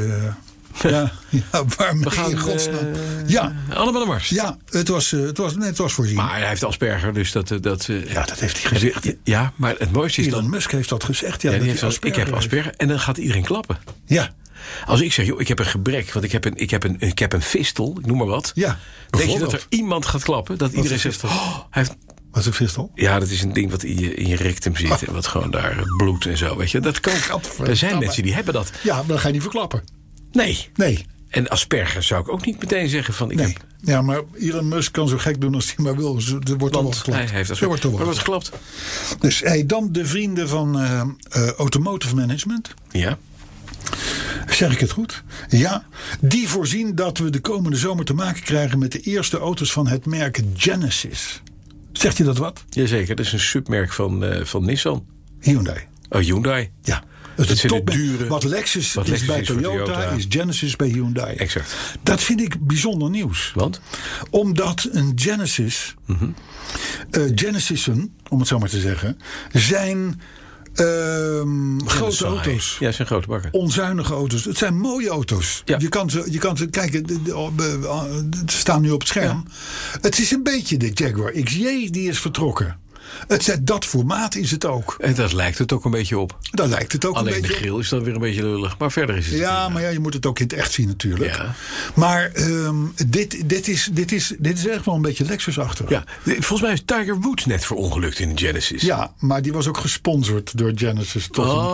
waarmee in godsnaam? Allemaal de Mars. Ja, het was voorzien. Maar hij heeft Asperger, dus dat ja, dat heeft hij gezegd. Ja, maar het mooiste is Elon Musk heeft dat gezegd. Ja, die heeft ik heb Asperger. En dan gaat iedereen klappen. Ja. Als ik zeg, joh, ik heb een gebrek, want ik heb een fistel, ik noem maar wat. Ja. Denk je dat er iemand gaat klappen? Dat iedereen zegt, hij heeft... Wat is een fistel? Ja, dat is een ding wat in je rectum zit. En wat gewoon daar bloedt en zo, weet je. Dat kan. Er zijn mensen die hebben dat. Ja, maar dan ga je niet verklappen. Nee. En Asperger zou ik ook niet meteen zeggen van... Ja, maar Elon Musk kan zo gek doen als hij maar wil. Er wordt toch wel geklapt. Hij heeft Asperger. Er wordt geklapt. Dus dan de vrienden van Automotive Management. Ja. Zeg ik het goed? Ja. Die voorzien dat we de komende zomer te maken krijgen met de eerste auto's van het merk Genesis. Zegt je dat wat? Jazeker, dat is een submerk van Nissan. Hyundai. Oh, Hyundai. Ja. Dat zijn de dure. Wat Lexus is bij Toyota, is Genesis bij Hyundai. Exact. Dat vind ik bijzonder nieuws. Want? Omdat een Genesis, Genesissen, om het zo maar te zeggen, zijn Grote auto's. Ja, het zijn grote bakken. Onzuinige auto's. Het zijn mooie auto's. Ja. Je kan ze kijken, ze staan nu op het scherm. Ja. Het is een beetje de Jaguar XJ die is vertrokken. Dat formaat is het ook. En dat lijkt het ook een beetje op. Daar lijkt het ook alleen een beetje de grill is dan weer een beetje lullig. Maar verder is het... Ja, maar je moet het ook in het echt zien natuurlijk. Ja. Maar dit is echt wel een beetje Lexus-achtig. Ja, volgens mij is Tiger Woods net verongelukt in de Genesis. Ja, maar die was ook gesponsord door Genesis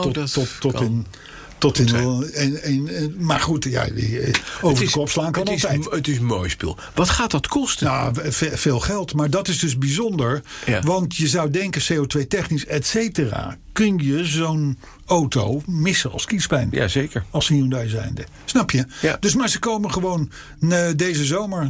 maar goed, over de kop slaan kan altijd. Het is een mooi spul. Wat gaat dat kosten? Nou, veel geld. Maar dat is dus bijzonder. Ja. Want je zou denken, CO2-technisch, et cetera, kun je zo'n auto missen als kiespijn. Ja, zeker. Als Hyundai zijnde. Snap je? Ja. Dus maar ze komen gewoon deze zomer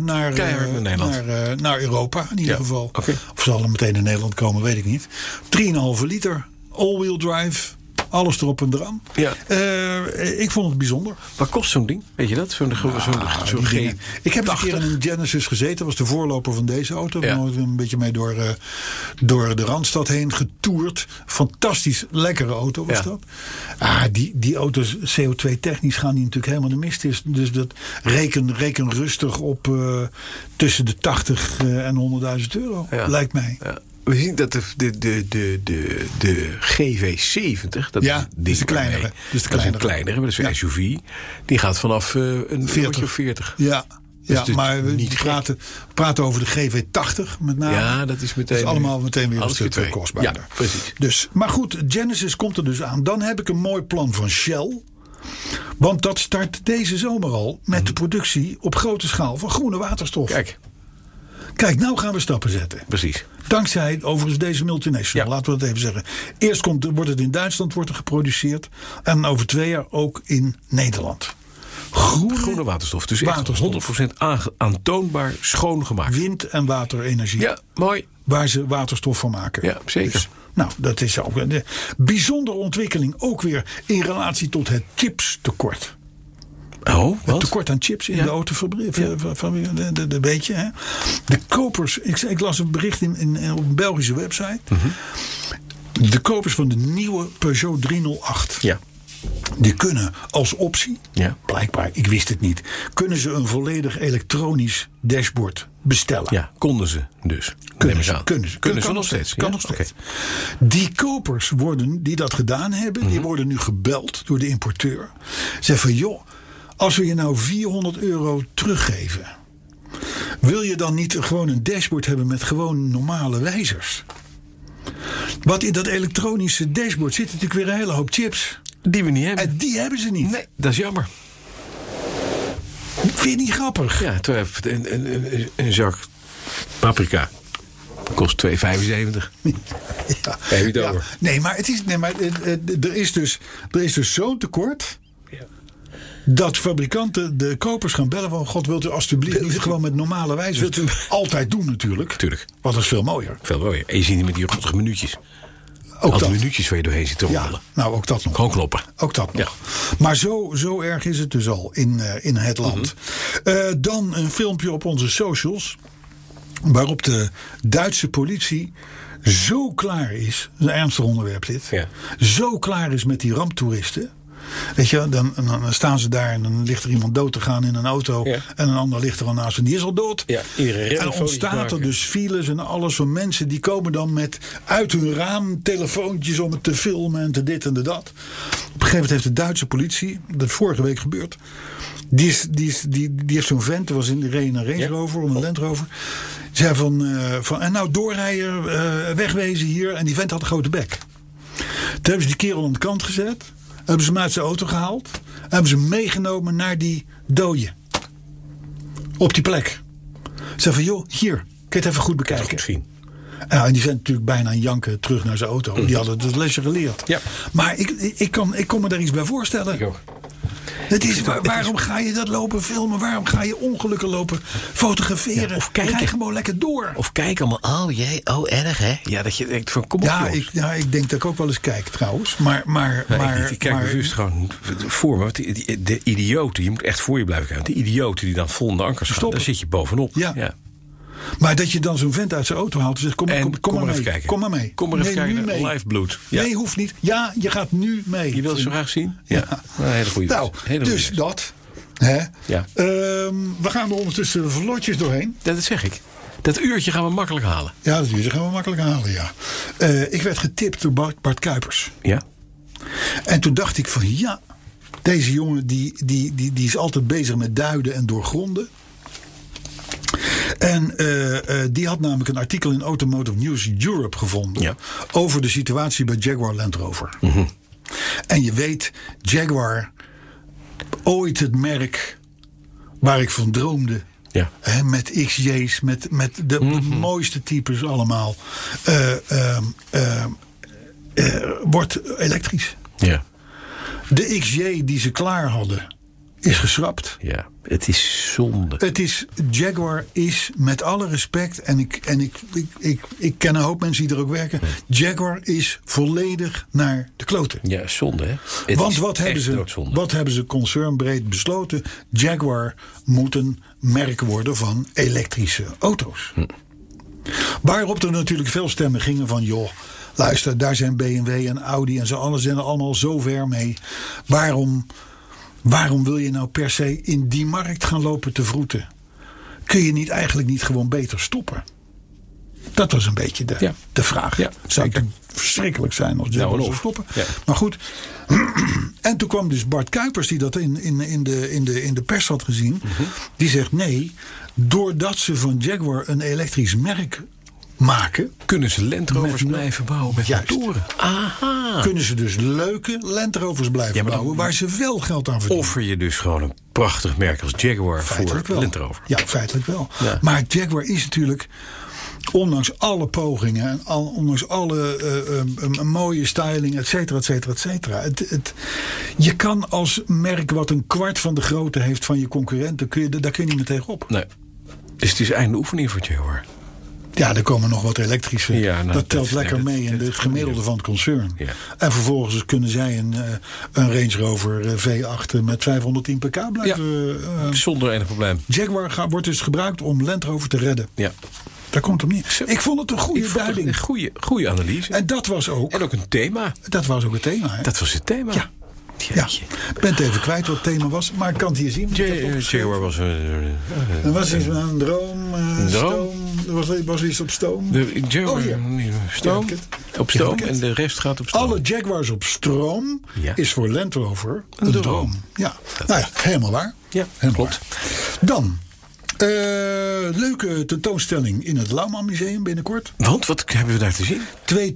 naar Europa in ieder geval. Okay. Of ze al meteen in Nederland komen, weet ik niet. 3,5 liter, all-wheel drive. Alles erop en eraan. Ja. Ik vond het bijzonder. Wat kost zo'n ding? Weet je dat? Zo'n G. Ik heb een keer in een Genesis gezeten. Dat was de voorloper van deze auto. Ja. We een beetje mee door de Randstad heen getoerd. Fantastisch lekkere auto was dat. Die auto's CO2-technisch gaan die natuurlijk helemaal de mist. Dus dat reken rustig op tussen de 80 en €100.000. Lijkt mij. Ja. We zien dat de GV70, dat is de kleinere. Dat is een kleinere, maar dat is een SUV. Die gaat vanaf een 40. Ja. Dus maar we praten over de GV80 met name. Ja, dat is meteen. Dat is allemaal meteen weer een stuk kostbaarder. Ja, precies. Dus, maar goed, Genesis komt er dus aan. Dan heb ik een mooi plan van Shell. Want dat start deze zomer al met de productie op grote schaal van groene waterstof. Kijk, nou gaan we stappen zetten. Precies. Dankzij overigens deze multinational, laten we dat even zeggen. Eerst wordt het in Duitsland geproduceerd. En over 2 jaar ook in Nederland. Groene waterstof. Dus waterstof. 100% aantoonbaar schoongemaakt. Wind- en waterenergie. Ja, mooi. Waar ze waterstof van maken. Ja, zeker. Dus, dat is ook een bijzondere ontwikkeling. Ook weer in relatie tot het chipstekort. Het tekort aan chips in de autofabriek. De beetje. Hè. De kopers. Ik las een bericht op een Belgische website. Mm-hmm. De kopers van de nieuwe Peugeot 308. Ja. Die kunnen als optie, blijkbaar, ik wist het niet, kunnen ze een volledig elektronisch dashboard bestellen. Ja, konden ze dus. Kunnen ze nog steeds. Kan nog steeds. Die kopers die dat gedaan hebben, die worden nu gebeld door de importeur. Zeggen van, joh, als we je nou €400 teruggeven, wil je dan niet gewoon een dashboard hebben met gewoon normale wijzers? Want in dat elektronische dashboard zit natuurlijk weer een hele hoop chips. Die we niet hebben. En die hebben ze niet. Nee, dat is jammer. Vind je niet grappig? Ja, een zak paprika kost €2,75. Ja. Heb je het over? Nee, maar er is dus zo'n tekort. Ja. Dat fabrikanten de kopers gaan bellen van, God, wilt u alsjeblieft niet gewoon met normale wijze altijd doen natuurlijk. Tuurlijk. Want dat is veel mooier. Veel mooier. En je ziet niet met die rottige minuutjes. Ook dat. Minuutjes waar je doorheen zit te rollen. Ja, nou, ook dat nog. Gewoon kloppen. Ook dat nog. Ja. Maar zo erg is het dus al in het land. Dan een filmpje op onze socials. Waarop de Duitse politie zo klaar is. Dat is een ernstig onderwerp dit. Ja. Zo klaar is met die ramptoeristen. Weet je, dan staan ze daar en dan ligt er iemand dood te gaan in een auto. Ja. En een ander ligt er al naast en die is al dood. Ja, en ontstaat er dus files en alles van mensen die komen dan met uit hun raam telefoontjes om het te filmen en te dit en te dat. Op een gegeven moment heeft de Duitse politie, dat is vorige week gebeurd, die heeft zo'n vent, er was in de Range Rover, een Land Rover. Zei van en nou doorrijden, wegwezen hier. En die vent had een grote bek. Toen hebben ze die kerel aan de kant gezet. Hebben ze hem uit zijn auto gehaald. Hebben ze hem meegenomen naar die dode. Op die plek. Ze van, joh, hier. Kun je het even goed bekijken. Goed zien. En die zijn natuurlijk bijna aan janken terug naar zijn auto. Die hadden het lesje geleerd. Ja. Maar ik kon me daar iets bij voorstellen. Ik ook. Waarom ga je dat lopen filmen? Waarom ga je ongelukken lopen fotograferen? Ja, of kijk gewoon lekker door. Of kijk allemaal, erg hè? Ja, dat je denkt van kom op. Ik denk dat ik ook wel eens kijk trouwens. Maar ik kijk me juist gewoon voor me. De idioten, je moet echt voor je blijven kijken. De idioten die dan vol in de ankers gaan, daar zit je bovenop. Ja. Maar dat je dan zo'n vent uit zijn auto haalt en zegt... Kom maar even mee. kijken. Kom maar mee. Kom maar even kijken nu naar mee. Live Blood. Ja. Nee, hoeft niet. Ja, je gaat nu mee. Je wilt het zo graag zien? Ja. Een hele goede Nou, hele dus goede. dat. Hè? Ja. We gaan er ondertussen vlotjes doorheen. Dat zeg ik. Dat uurtje gaan we makkelijk halen. Ja, dat uurtje gaan we makkelijk halen, ja. Ik werd getipt door Bart Kuipers. Ja. En toen dacht ik van ja, deze jongen die is altijd bezig met duiden en doorgronden. En die had namelijk een artikel in Automotive News Europe gevonden. Ja. Over de situatie bij Jaguar Land Rover. Mm-hmm. En je weet, Jaguar, ooit het merk waar ik van droomde. Ja. Hè, met XJ's, met de mooiste types allemaal. Wordt elektrisch. Ja. De XJ die ze klaar hadden, is geschrapt. Ja. Het is zonde. Jaguar is met alle respect, en ik ken een hoop mensen die er ook werken. Jaguar is volledig naar de kloten. Ja, zonde hè. Het Want is wat hebben ze concernbreed besloten? Jaguar moet een merk worden van elektrische auto's. Waarop er natuurlijk veel stemmen gingen van joh, luister, daar zijn BMW en Audi en ze allen zijn er allemaal zo ver mee. Waarom wil je nou per se in die markt gaan lopen te vroeten? Kun je niet eigenlijk niet gewoon beter stoppen? Dat was een beetje de vraag. Ja, zou het verschrikkelijk zijn als Jaguar zou stoppen? Ja. Maar goed. En toen kwam dus Bart Kuipers, die dat in de pers had gezien. Die zegt nee, doordat ze van Jaguar een elektrisch merk maken, kunnen ze Land Rovers blijven bouwen met motoren. Aha. Kunnen ze dus leuke Land Rovers blijven bouwen waar ze wel geld aan verdienen. Offer je dus gewoon een prachtig merk als Jaguar feitelijk voor wel. Land Rover. Ja, feitelijk wel. Ja. Maar Jaguar is natuurlijk, ondanks alle pogingen en ondanks alle mooie styling, et cetera, et cetera, et cetera. Je kan als merk wat een kwart van de grootte heeft van je concurrenten, daar kun je niet meer tegenop. Nee. Dus het is einde oefening voor Jaguar. Ja, er komen nog wat elektrische. Ja, nou, dat telt lekker mee in het gemiddelde van het concern. Ja. En vervolgens kunnen zij een Range Rover V8 met 510 pk blijven. Zonder enig probleem. Jaguar wordt dus gebruikt om Land Rover te redden. Ja. Daar komt het om neer. Ik vond het een goede duiding. Een goede analyse. En dat was ook. En ook een thema. Dat was ook het thema. Hè? Dat was het thema. Ja. Ja, ik ben het even kwijt wat het thema was, maar ik kan het hier zien. Jaguar was er was iets van een droom. Stoom. Er was iets op stoom. De Jaguar stoom. Op stoom en de rest gaat op stoom. Alle Jaguars op stroom is voor Land Rover een droom. Ja, nou ja, helemaal waar. Ja, helemaal klopt. Waar. Dan. Leuke tentoonstelling in het Lauwman Museum binnenkort. Want wat hebben we daar te zien?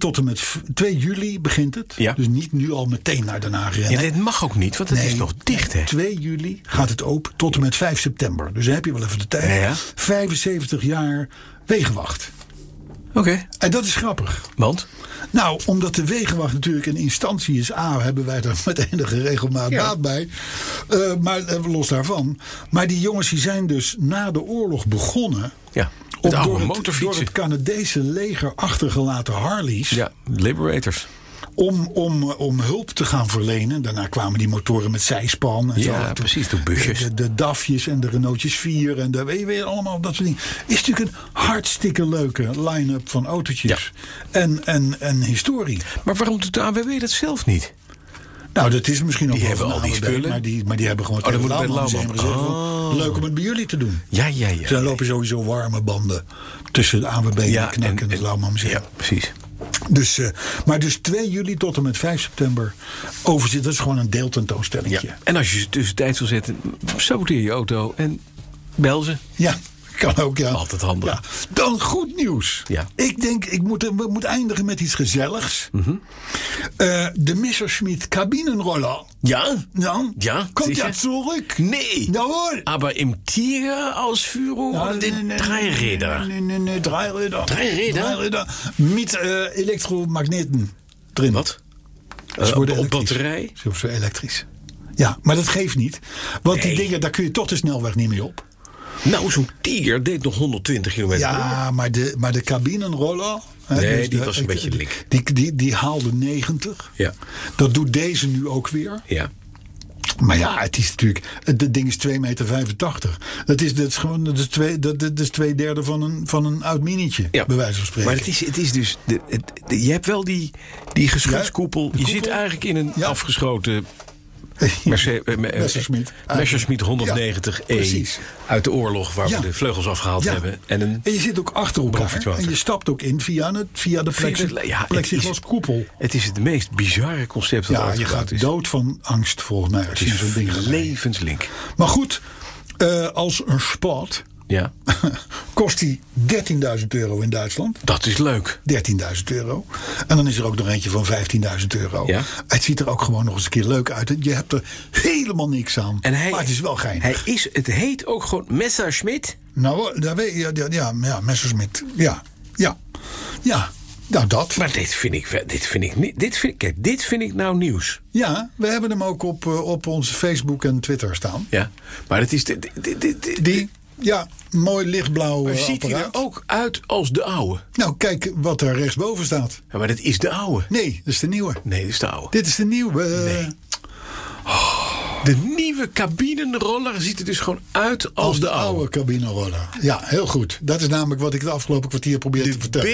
2 juli begint het. Ja. Dus niet nu al meteen naar Den Haag rennen. Ja, dit mag ook niet, want het is nog dicht. Hè? 2 juli gaat het open tot en met 5 september. Dus dan heb je wel even de tijd. Ja. 75 jaar Wegenwacht. Oké. En dat is grappig. Want? Nou, omdat de Wegenwacht natuurlijk een instantie is. Hebben wij er met enige regelmaat baat bij. Maar los daarvan. Maar die jongens die zijn dus na de oorlog begonnen. Ja. Door het Canadese leger achtergelaten Harleys. Ja, Liberators. Om hulp te gaan verlenen. Daarna kwamen die motoren met zijspan. En ja, zo. precies, de busjes. De DAFjes en de Renaultjes 4. En weet je allemaal dat soort dingen. Is natuurlijk een hartstikke leuke line-up van autootjes. Ja. En historie. Maar waarom doet de ANWB dat zelf niet? Nou, dat is misschien ook wel van al die spullen. Maar die hebben gewoon tegen het Lauwman gezegd. Leuk om het bij jullie te doen. Ja. Er lopen sowieso warme banden tussen de ANWB en de Knak en het Lauwman Museum. Ja, precies. Dus, maar dus 2 juli tot en met 5 september overzit. Dat is gewoon een deeltentoonstelling. Ja. En als je ze tussentijds wil zetten, saboteer je auto en bel ze. Ja, kan ook, ja. Altijd handig. Ja. Dan goed nieuws. Ja. Ik denk, we moeten eindigen met iets gezelligs. Mm-hmm. De Messerschmitt Kabinenroller. Ja? Ja. Kommt ja zurück? Nee. Jawohl. Aber im Tiger-Ausführung oder den Dreiräder? Nee, Dreiräder. Dreiräder? Mit Elektromagneten drin. Wat? Op batterij? Zo elektrisch. Ja, maar dat geeft niet. Want die dingen, daar kun je toch de snelweg niet mee op. Nou, zo'n Tiger deed nog 120 kilometer. Ja, maar de Kabinenroller. Nee, dus die was een beetje lik. Die haalde 90. Ja. Dat doet deze nu ook weer. Ja. Maar ja, het is natuurlijk. Het ding is 2,85 meter. Dat is 2/3 van een oud minietje. Ja. Bij wijze van spreken. Maar het is dus. Je hebt wel die geschutskoepel. Je zit eigenlijk in een afgeschoten. Messerschmitt 190E uit de oorlog waar we de vleugels afgehaald hebben. En je zit ook achter elkaar en je stapt ook in via de plexiglaskoepel. Het is het meest bizarre concept dat je gaat dood van angst volgens mij. Het is zo'n ding levenslink. Maar goed, als een spot... Ja. Kost die €13.000 in Duitsland. Dat is leuk. €13.000. En dan is er ook nog eentje van €15.000. Ja. Het ziet er ook gewoon nog eens een keer leuk uit. Je hebt er helemaal niks aan. Maar het is wel geinig. Het heet ook gewoon Messerschmitt. Nou, daar weet je, Messerschmitt. Ja. Nou, dat. Maar dit vind ik nou nieuws. Ja, we hebben hem ook op onze Facebook en Twitter staan. Ja, maar het is die. Ja, mooi lichtblauw maar ziet hij er ook uit als de oude? Nou, kijk wat er rechtsboven staat. Ja, maar dat is de oude. Nee, dat is de nieuwe. Nee, dat is de oude. Dit is de nieuwe. Nee. De nieuwe cabineroller ziet er dus gewoon uit als de oude cabineroller. Ja, heel goed. Dat is namelijk wat ik het afgelopen kwartier probeerde te vertellen.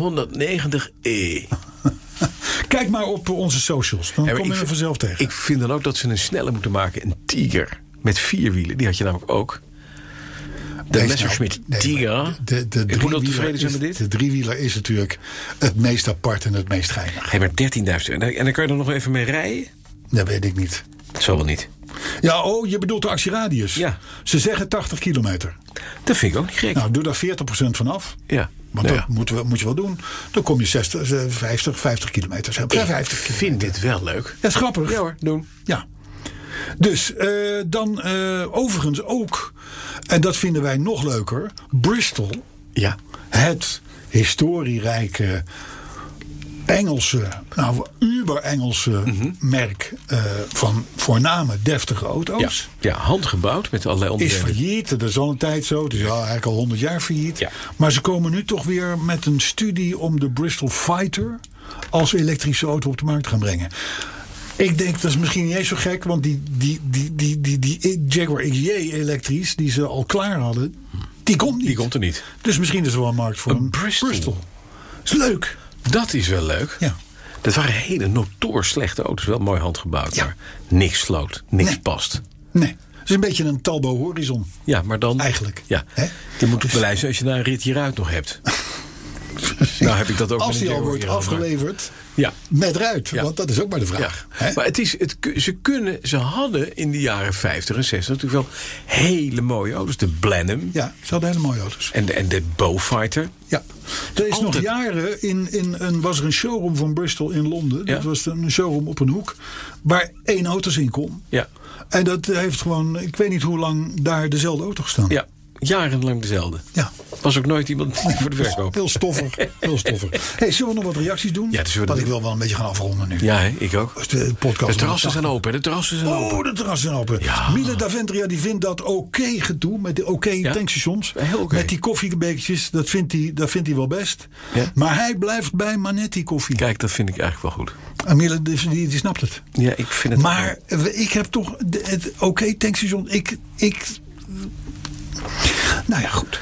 BF190E. Kijk maar op onze socials. Dan kom je er vanzelf tegen. Ik vind dan ook dat ze een snelle moeten maken. Een Tiger met 4 wielen. Die had je namelijk ook. De Messerschmitt Tiger. Ik moet wel tevreden zijn met dit. De driewieler is natuurlijk het meest apart en het meest geinig. Hey, maar 13.000. En dan kan je er nog even mee rijden? Dat weet ik niet. Dat zal wel niet. Ja, je bedoelt de actieradius. Ja. Ze zeggen 80 kilometer. Dat vind ik ook niet gek. Nou, doe daar 40% van af. Ja. Want dat moet je wel doen. Dan kom je 50 kilometer. Ik vind dit wel leuk. Ja, is grappig. Ja hoor, doen. Ja. Dus dan overigens ook, en dat vinden wij nog leuker, Bristol. Ja. Het historierijke Engelse, uber-Engelse merk van voorname deftige auto's. Ja, handgebouwd met allerlei onderdelen. Is failliet, dat is al een tijd zo. Het is eigenlijk al 100 jaar failliet. Ja. Maar ze komen nu toch weer met een studie om de Bristol Fighter als elektrische auto op de markt te gaan brengen. Ik denk, dat is misschien niet eens zo gek, want die Jaguar XJ elektrisch, die ze al klaar hadden, die komt niet. Die komt er niet. Dus misschien is er wel een markt voor een Bristol. Is leuk. Dat is wel leuk. Ja. Dat waren hele notoor slechte auto's. Wel mooi handgebouwd, maar niks sloot. Niks past. Nee. Het is een beetje een Talbot Horizon. Ja, maar dan... Eigenlijk. Ja. Die moet ook bewijzen als je nou een rit hieruit nog hebt. Nou heb ik dat ook. Als die al wordt afgeleverd, ja. Met ruit. Ja. Want dat is ook maar de vraag. Ja. Maar ze hadden in de jaren 50 en 60 natuurlijk wel hele mooie auto's. De Blenheim. Ja, ze hadden hele mooie auto's. En de Beaufighter. Ja. Er is nog jaren was er een showroom van Bristol in Londen. Ja. Dat was een showroom op een hoek waar 1 auto's in kon. Ja. En dat heeft gewoon, ik weet niet hoe lang daar dezelfde auto gestaan. Ja. Jarenlang dezelfde. Ja. Was ook nooit iemand voor de verkoop. Heel stoffig. Hey, zullen we nog wat reacties doen? Ja, Want ik wil wel een beetje gaan afronden nu. Ja, ik ook. Dus de terrassen zijn open. De terrassen zijn open. Ja. Miele Daventria die vindt dat gedoe met de tankstations. Heel okay. Met die koffiebekertjes, dat vindt hij wel best. Ja. Maar hij blijft bij Manetti koffie. Kijk, dat vind ik eigenlijk wel goed. En Miele die snapt het. Ja, ik vind het. Maar ik heb toch het tankstation. Nou ja, goed.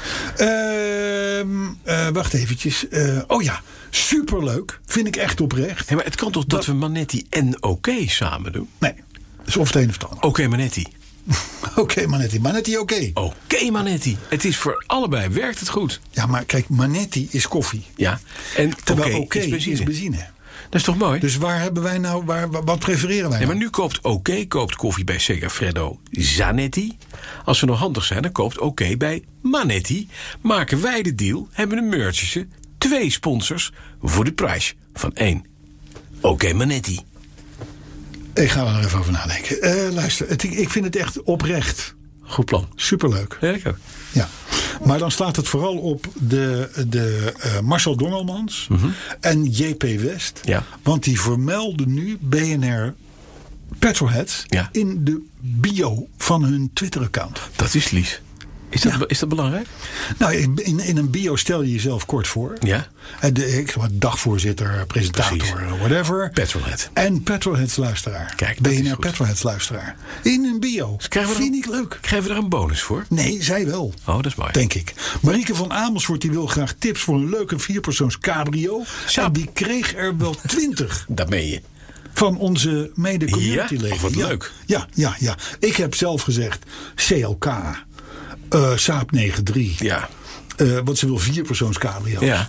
Wacht eventjes. Superleuk. Vind ik echt oprecht. Hey, maar het kan toch dat we Manetti en samen doen? Nee, dat is of het een of het ander. Oké, Manetti. Oké, Manetti. Manetti, oké. Oké, Manetti. Het is voor allebei, werkt het goed. Ja, maar kijk, Manetti is koffie. Ja, en terwijl is benzine. Dat is toch mooi? Dus waar hebben wij nou, wat prefereren wij? Ja, maar nu koopt koffie bij Segafredo Zanetti. Als we nog handig zijn, dan koopt bij Manetti. Maken wij de deal, hebben een merchje, 2 sponsors voor de prijs van 1. Manetti. Ik ga er nog even over nadenken. Luister, ik vind het echt oprecht. Goed plan. Superleuk. Ja, ik ook. Ja. Maar dan slaat het vooral op de Marcel Dongelmans en JP West. Ja. Want die vermelden nu BNR Petrolheads in de bio van hun Twitter-account. Dat is lief. Is dat belangrijk? Nou, in een bio stel je jezelf kort voor. Ja. Dagvoorzitter, presentator, whatever. Petrolhead. En Petrolheads luisteraar. Kijk, dat is BNR goed. Petrolheads luisteraar. In een bio. Vind ik leuk. Krijgen we er een bonus voor? Nee, zij wel. Oh, dat is mooi. Denk ik. Marieke van Amersfoort die wil graag tips voor een leuke 4-persoons cabrio. Zo. En die kreeg er wel 20. Dat meen je. Van onze mede-community-leden. Ja? Wat leuk. Ja. Ik heb zelf gezegd CLK, Saab 9-3. Ja. Want ze wil 4-persoons cabrio's. Ja.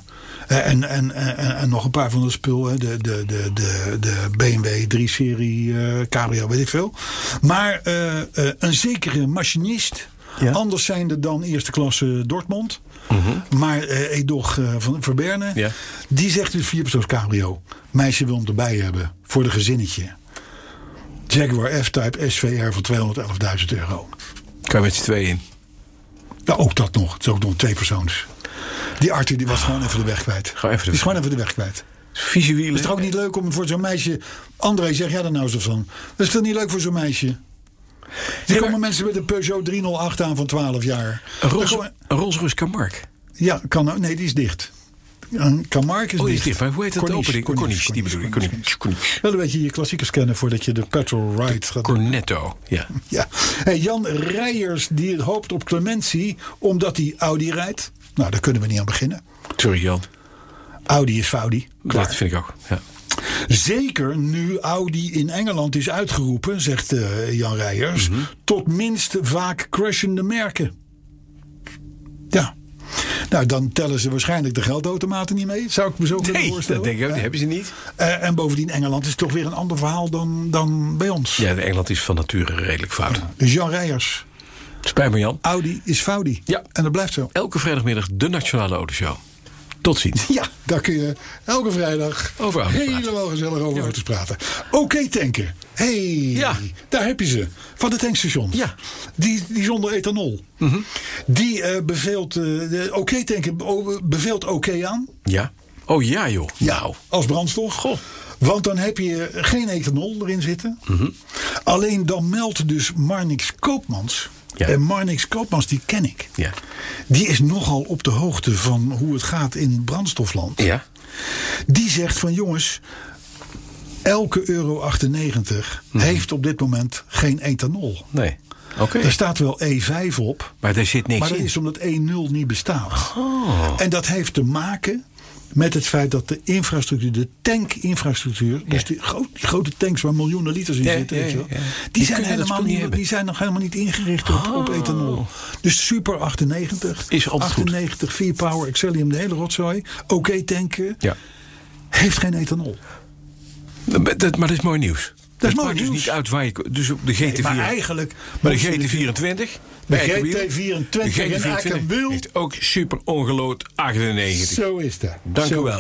En nog een paar van dat spul. Hè. De BMW 3-serie cabrio, weet ik veel. Maar een zekere machinist. Ja. Anders zijnde dan eerste klasse Dortmund. Maar Edoch van Verberne. Ja. Die zegt dus 4-persoons cabrio. Meisje wil hem erbij hebben. Voor de gezinnetje. Jaguar F-Type SVR voor €211.000. Kan je met z'n tweeën in? Nou, ook dat nog. Het is ook nog 2-persoons. Die Arthur die was gewoon even de weg kwijt. Die is gewoon even de weg kwijt. Vieze wielen. Is het ook niet leuk om voor zo'n meisje... André, zeg jij daar nou zo van? Dat is toch niet leuk voor zo'n meisje? Er komen mensen met een Peugeot 308 aan van 12 jaar. Een Rolls-Royce Camargue. Ja, kan. Nee, die is dicht. Een Camargue is die dicht. is dicht. Maar hoe heet dat opening? Corniche, die bedoel ik. Corniche. Wel een beetje je klassiekers kennen voordat je de petrol ride gaat doen. Cornetto, ja. Hey, Jan Rijers die hoopt op clementie omdat hij Audi rijdt. Nou, daar kunnen we niet aan beginnen. Sorry Jan. Audi is Faudi. Dat vind ik ook, ja. Zeker nu Audi in Engeland is uitgeroepen, zegt Jan Rijers, tot minst vaak crashende merken. Ja. Nou, dan tellen ze waarschijnlijk de geldautomaten niet mee. Zou ik me zo kunnen voorstellen. Dat denk ik ook. Die hebben ze niet. En bovendien, Engeland is toch weer een ander verhaal dan bij ons. Ja, Engeland is van nature redelijk fout. Dus Jan Rijers. Spijt me, Jan. Audi is Faudi. Ja. En dat blijft zo. Elke vrijdagmiddag de Nationale Autoshow. Tot ziens. Ja, daar kun je elke vrijdag over auto's helemaal gezellig over auto's praten. Oké tanken. Daar heb je ze. Van de tankstations. Ja. Die zonder ethanol. Die beveelt... Oké tanken beveelt oké aan. Ja. Oh ja joh. Nou. Als brandstof. Goh. Want dan heb je geen ethanol erin zitten. Alleen dan meldt dus Marnix Koopmans... Ja. En Marnix Koopmans, die ken ik. Ja. Die is nogal op de hoogte van hoe het gaat in brandstofland. Ja. Die zegt van jongens, elke €98 heeft op dit moment geen ethanol. Nee. Oké. Er staat wel E5 op. Maar daar zit niks maar dat in. is omdat E0 niet bestaat. Oh. En dat heeft te maken met het feit dat de infrastructuur, de tankinfrastructuur, dus die grote tanks waar miljoenen liters in zitten, weet je wel, die zijn nog helemaal niet ingericht op ethanol. Dus Super 98, is 98, V-Power, Excellium, de hele rotzooi, oké tanken, heeft geen ethanol. Maar dat is mooi nieuws. Dat is mooi maakt nieuws. Dus niet uit waar je... Dus op de GT4... Nee, maar eigenlijk... Maar de GT24... De GT24 en Eikenwiel heeft ook super ongelood 98. Zo is dat. Dank u wel.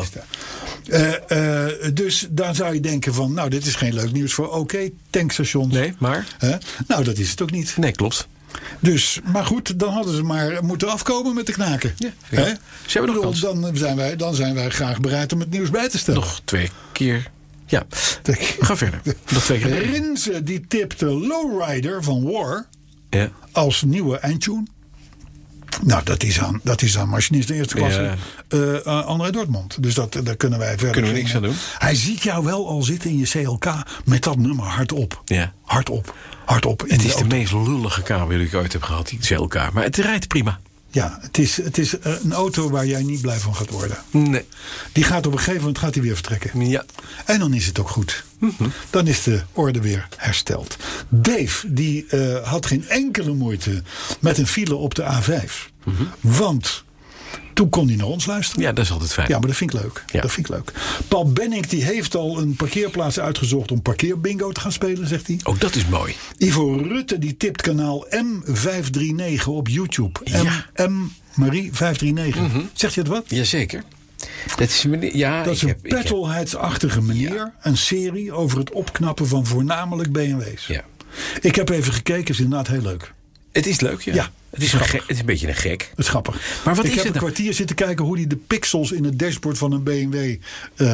Dus dan zou je denken van... Nou, dit is geen leuk nieuws voor tankstations. Nee, maar? Nou, dat is het ook niet. Nee, klopt. Dus, maar goed, dan hadden ze maar moeten afkomen met de knaken. Ja. Ze hebben nog kans. Dan zijn wij graag bereid om het nieuws bij te stellen. Nog 2 keer... Ja, ga verder. Nog 2 keer. Rinse die tipte Lowrider van War... Ja. Als nieuwe eindtune. Nou, dat is aan machinist de eerste klasse. André Dortmund. Dus daar kunnen wij verder. Kunnen we niks aan doen. Hij ziet jou wel al zitten in je CLK met dat nummer hardop. Ja. Hardop. Het is de meest lullige cabrio die ik ooit heb gehad, die CLK. Maar het rijdt prima. Ja, het is een auto waar jij niet blij van gaat worden. Nee. Die gaat op een gegeven moment weer vertrekken. Ja. En dan is het ook goed. Dan is de orde weer hersteld. Dave, die had geen enkele moeite met een file op de A5. Want toen kon hij naar ons luisteren. Ja, dat is altijd fijn. Ja, maar dat vind ik leuk. Ja. Dat vind ik leuk. Paul Benning die heeft al een parkeerplaats uitgezocht om parkeerbingo te gaan spelen, zegt hij. Oh, dat is mooi. Ivo Rutte die tipt kanaal M539 op YouTube. Marie 539. Zegt je het wat? Jazeker. Dat is een petrolheads-achtige manier. Ja. Een serie over het opknappen van voornamelijk BMW's. Ja. Ik heb even gekeken, het is inderdaad heel leuk. Het is leuk, ja. Het is een beetje een gek. Het is grappig. Maar wat ik is heb een kwartier zitten kijken hoe hij de pixels in het dashboard van een BMW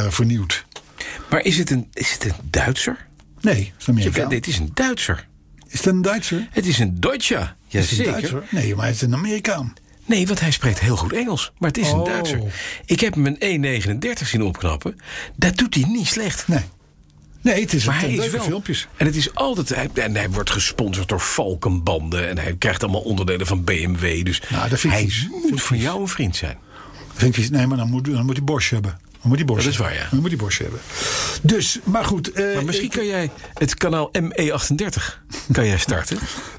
vernieuwt. Maar is het een Duitser? Nee, het is een Amerikaan. Dit is een Duitser. Is dat een Duitser? Het is een Deutscher. Jazeker. Nee, maar het is een Amerikaan. Nee, want hij spreekt heel goed Engels. Maar het is een Duitser. Ik heb hem een E39 zien opknappen. Dat doet hij niet slecht. Nee, het is maar een leuke wel, filmpjes. En het is altijd... hij wordt gesponsord door Falkenbanden. En hij krijgt allemaal onderdelen van BMW. Dus hij moet voor jou een vriend zijn. Nee, maar dan moet hij Bosch hebben. Dat is waar, ja. Dan moet hij Bosch hebben. Dus, maar goed. Maar misschien kan jij het kanaal ME38 kan jij starten.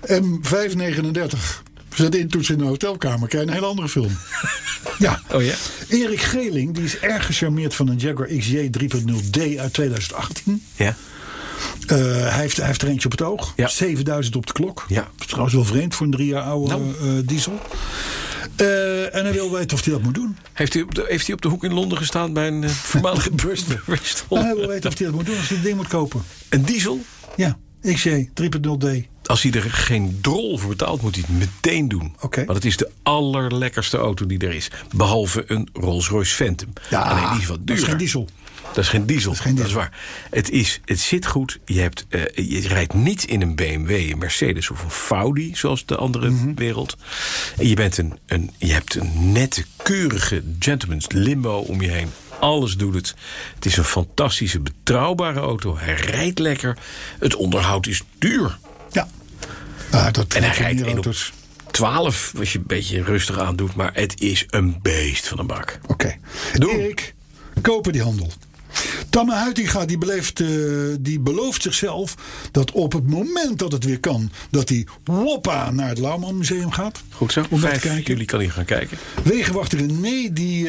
M539. Zet intoetsen in de hotelkamer. Krijg je een hele andere film. Ja. Oh ja? Erik Geling, die is erg gecharmeerd van een Jaguar XJ 3.0D uit 2018. Ja. Hij heeft er eentje op het oog. Ja. 7000 op de klok. Ja. Dat is trouwens wel vreemd voor een 3 jaar oude diesel. En hij wil weten of hij dat moet doen. Heeft hij op de hoek in Londen gestaan bij een voormalige Bristol? Hij wil weten of hij dat moet doen als hij het ding moet kopen. Een diesel? Ja, XJ 3.0D. Als hij er geen drol voor betaalt, moet hij het meteen doen. Okay. Want het is de allerlekkerste auto die er is. Behalve een Rolls-Royce Phantom. Ja, alleen die is wat duurder. Dat is geen diesel. Dat is geen diesel. Dat is waar. Het zit goed. Je rijdt niet in een BMW, een Mercedes of een Audi, zoals de andere wereld. En je hebt een nette, keurige gentleman's limo om je heen. Alles doet het. Het is een fantastische, betrouwbare auto. Hij rijdt lekker. Het onderhoud is duur. Ja. En hij rijdt 1 op 12, als je een beetje rustig aandoet. Maar het is een beest van een bak. Oké. Erik, kopen die handel. Tamme Huitinga die belooft zichzelf dat op het moment dat het weer kan, dat hij woppa naar het Lauwman Museum gaat. Goed zo, 5 juli kan hij gaan kijken. Wegenwachter René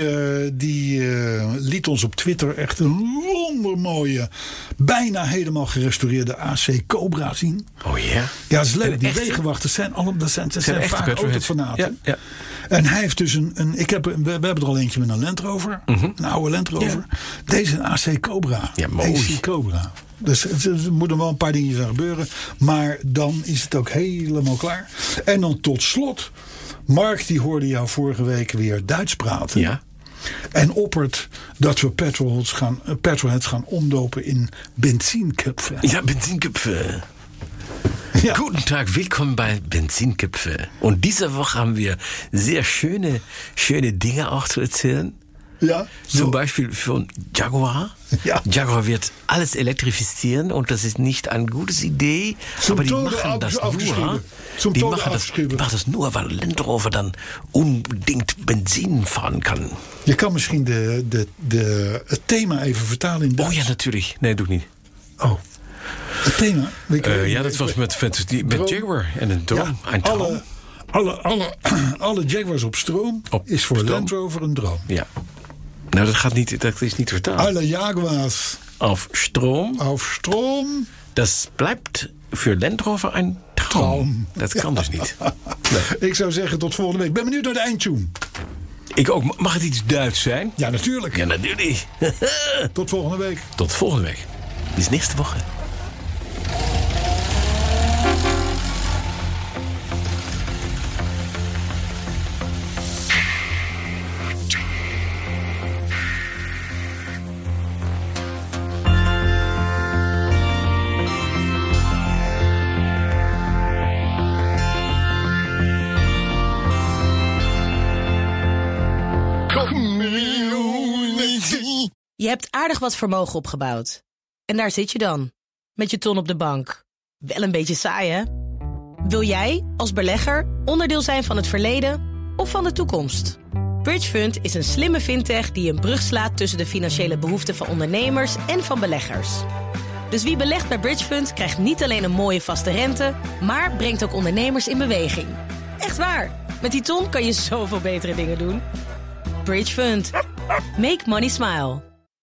die liet ons op Twitter echt een wondermooie, bijna helemaal gerestaureerde AC Cobra zien. Oh ja? Ja, dat is leuk. Die wegenwachters zijn vaak autofanaten. Ja. En hij heeft dus we hebben er al eentje met een Land Rover. Een oude Land Rover. Ja. Deze een AC Cobra. Ja, mooi. AC Cobra. Dus er moeten wel een paar dingen aan gebeuren. Maar dan is het ook helemaal klaar. En dan tot slot. Mark, die hoorde jou vorige week weer Duits praten. Ja. En oppert dat we petrolheads gaan omdopen in Benzinköpfe. Ja, Benzinköpfe. Ja. Guten Tag, willkommen bei Benzinköpfe. Und diese Woche haben wir sehr schöne Dinge auch zu erzählen. Ja, so. Zum Beispiel von Jaguar. Ja. Jaguar wird alles elektrifizieren und das ist nicht eine gute Idee. Aber die machen das nur. Die machen das nur, weil Land Rover dann unbedingt Benzin fahren kann. Je kan misschien het thema even vertalen in Duits. Oh ja, natuurlijk. Nee, doe ik niet. Oh. Het thema? Dat was met Jaguar en een droom. Ja, alle Jaguars op stroom is voor Land Rover een droom. Ja. Nou, dat is niet vertaald. Alle Jaguars auf Strom. Das bleibt für Land Rover een Traum. Dat kan dus niet. Nee. Ik zou zeggen tot volgende week. Ik ben benieuwd naar de eindtune. Ik ook. Mag het iets Duits zijn? Ja, natuurlijk. Ja, natuurlijk. Tot volgende week. Tot volgende week. Bis nächste Woche. Je hebt aardig wat vermogen opgebouwd. En daar zit je dan, met je ton op de bank. Wel een beetje saai, hè? Wil jij, als belegger, onderdeel zijn van het verleden of van de toekomst? Bridgefund is een slimme fintech die een brug slaat tussen de financiële behoeften van ondernemers en van beleggers. Dus wie belegt bij Bridgefund krijgt niet alleen een mooie vaste rente, maar brengt ook ondernemers in beweging. Echt waar, met die ton kan je zoveel betere dingen doen. Bridgefund. Make money smile.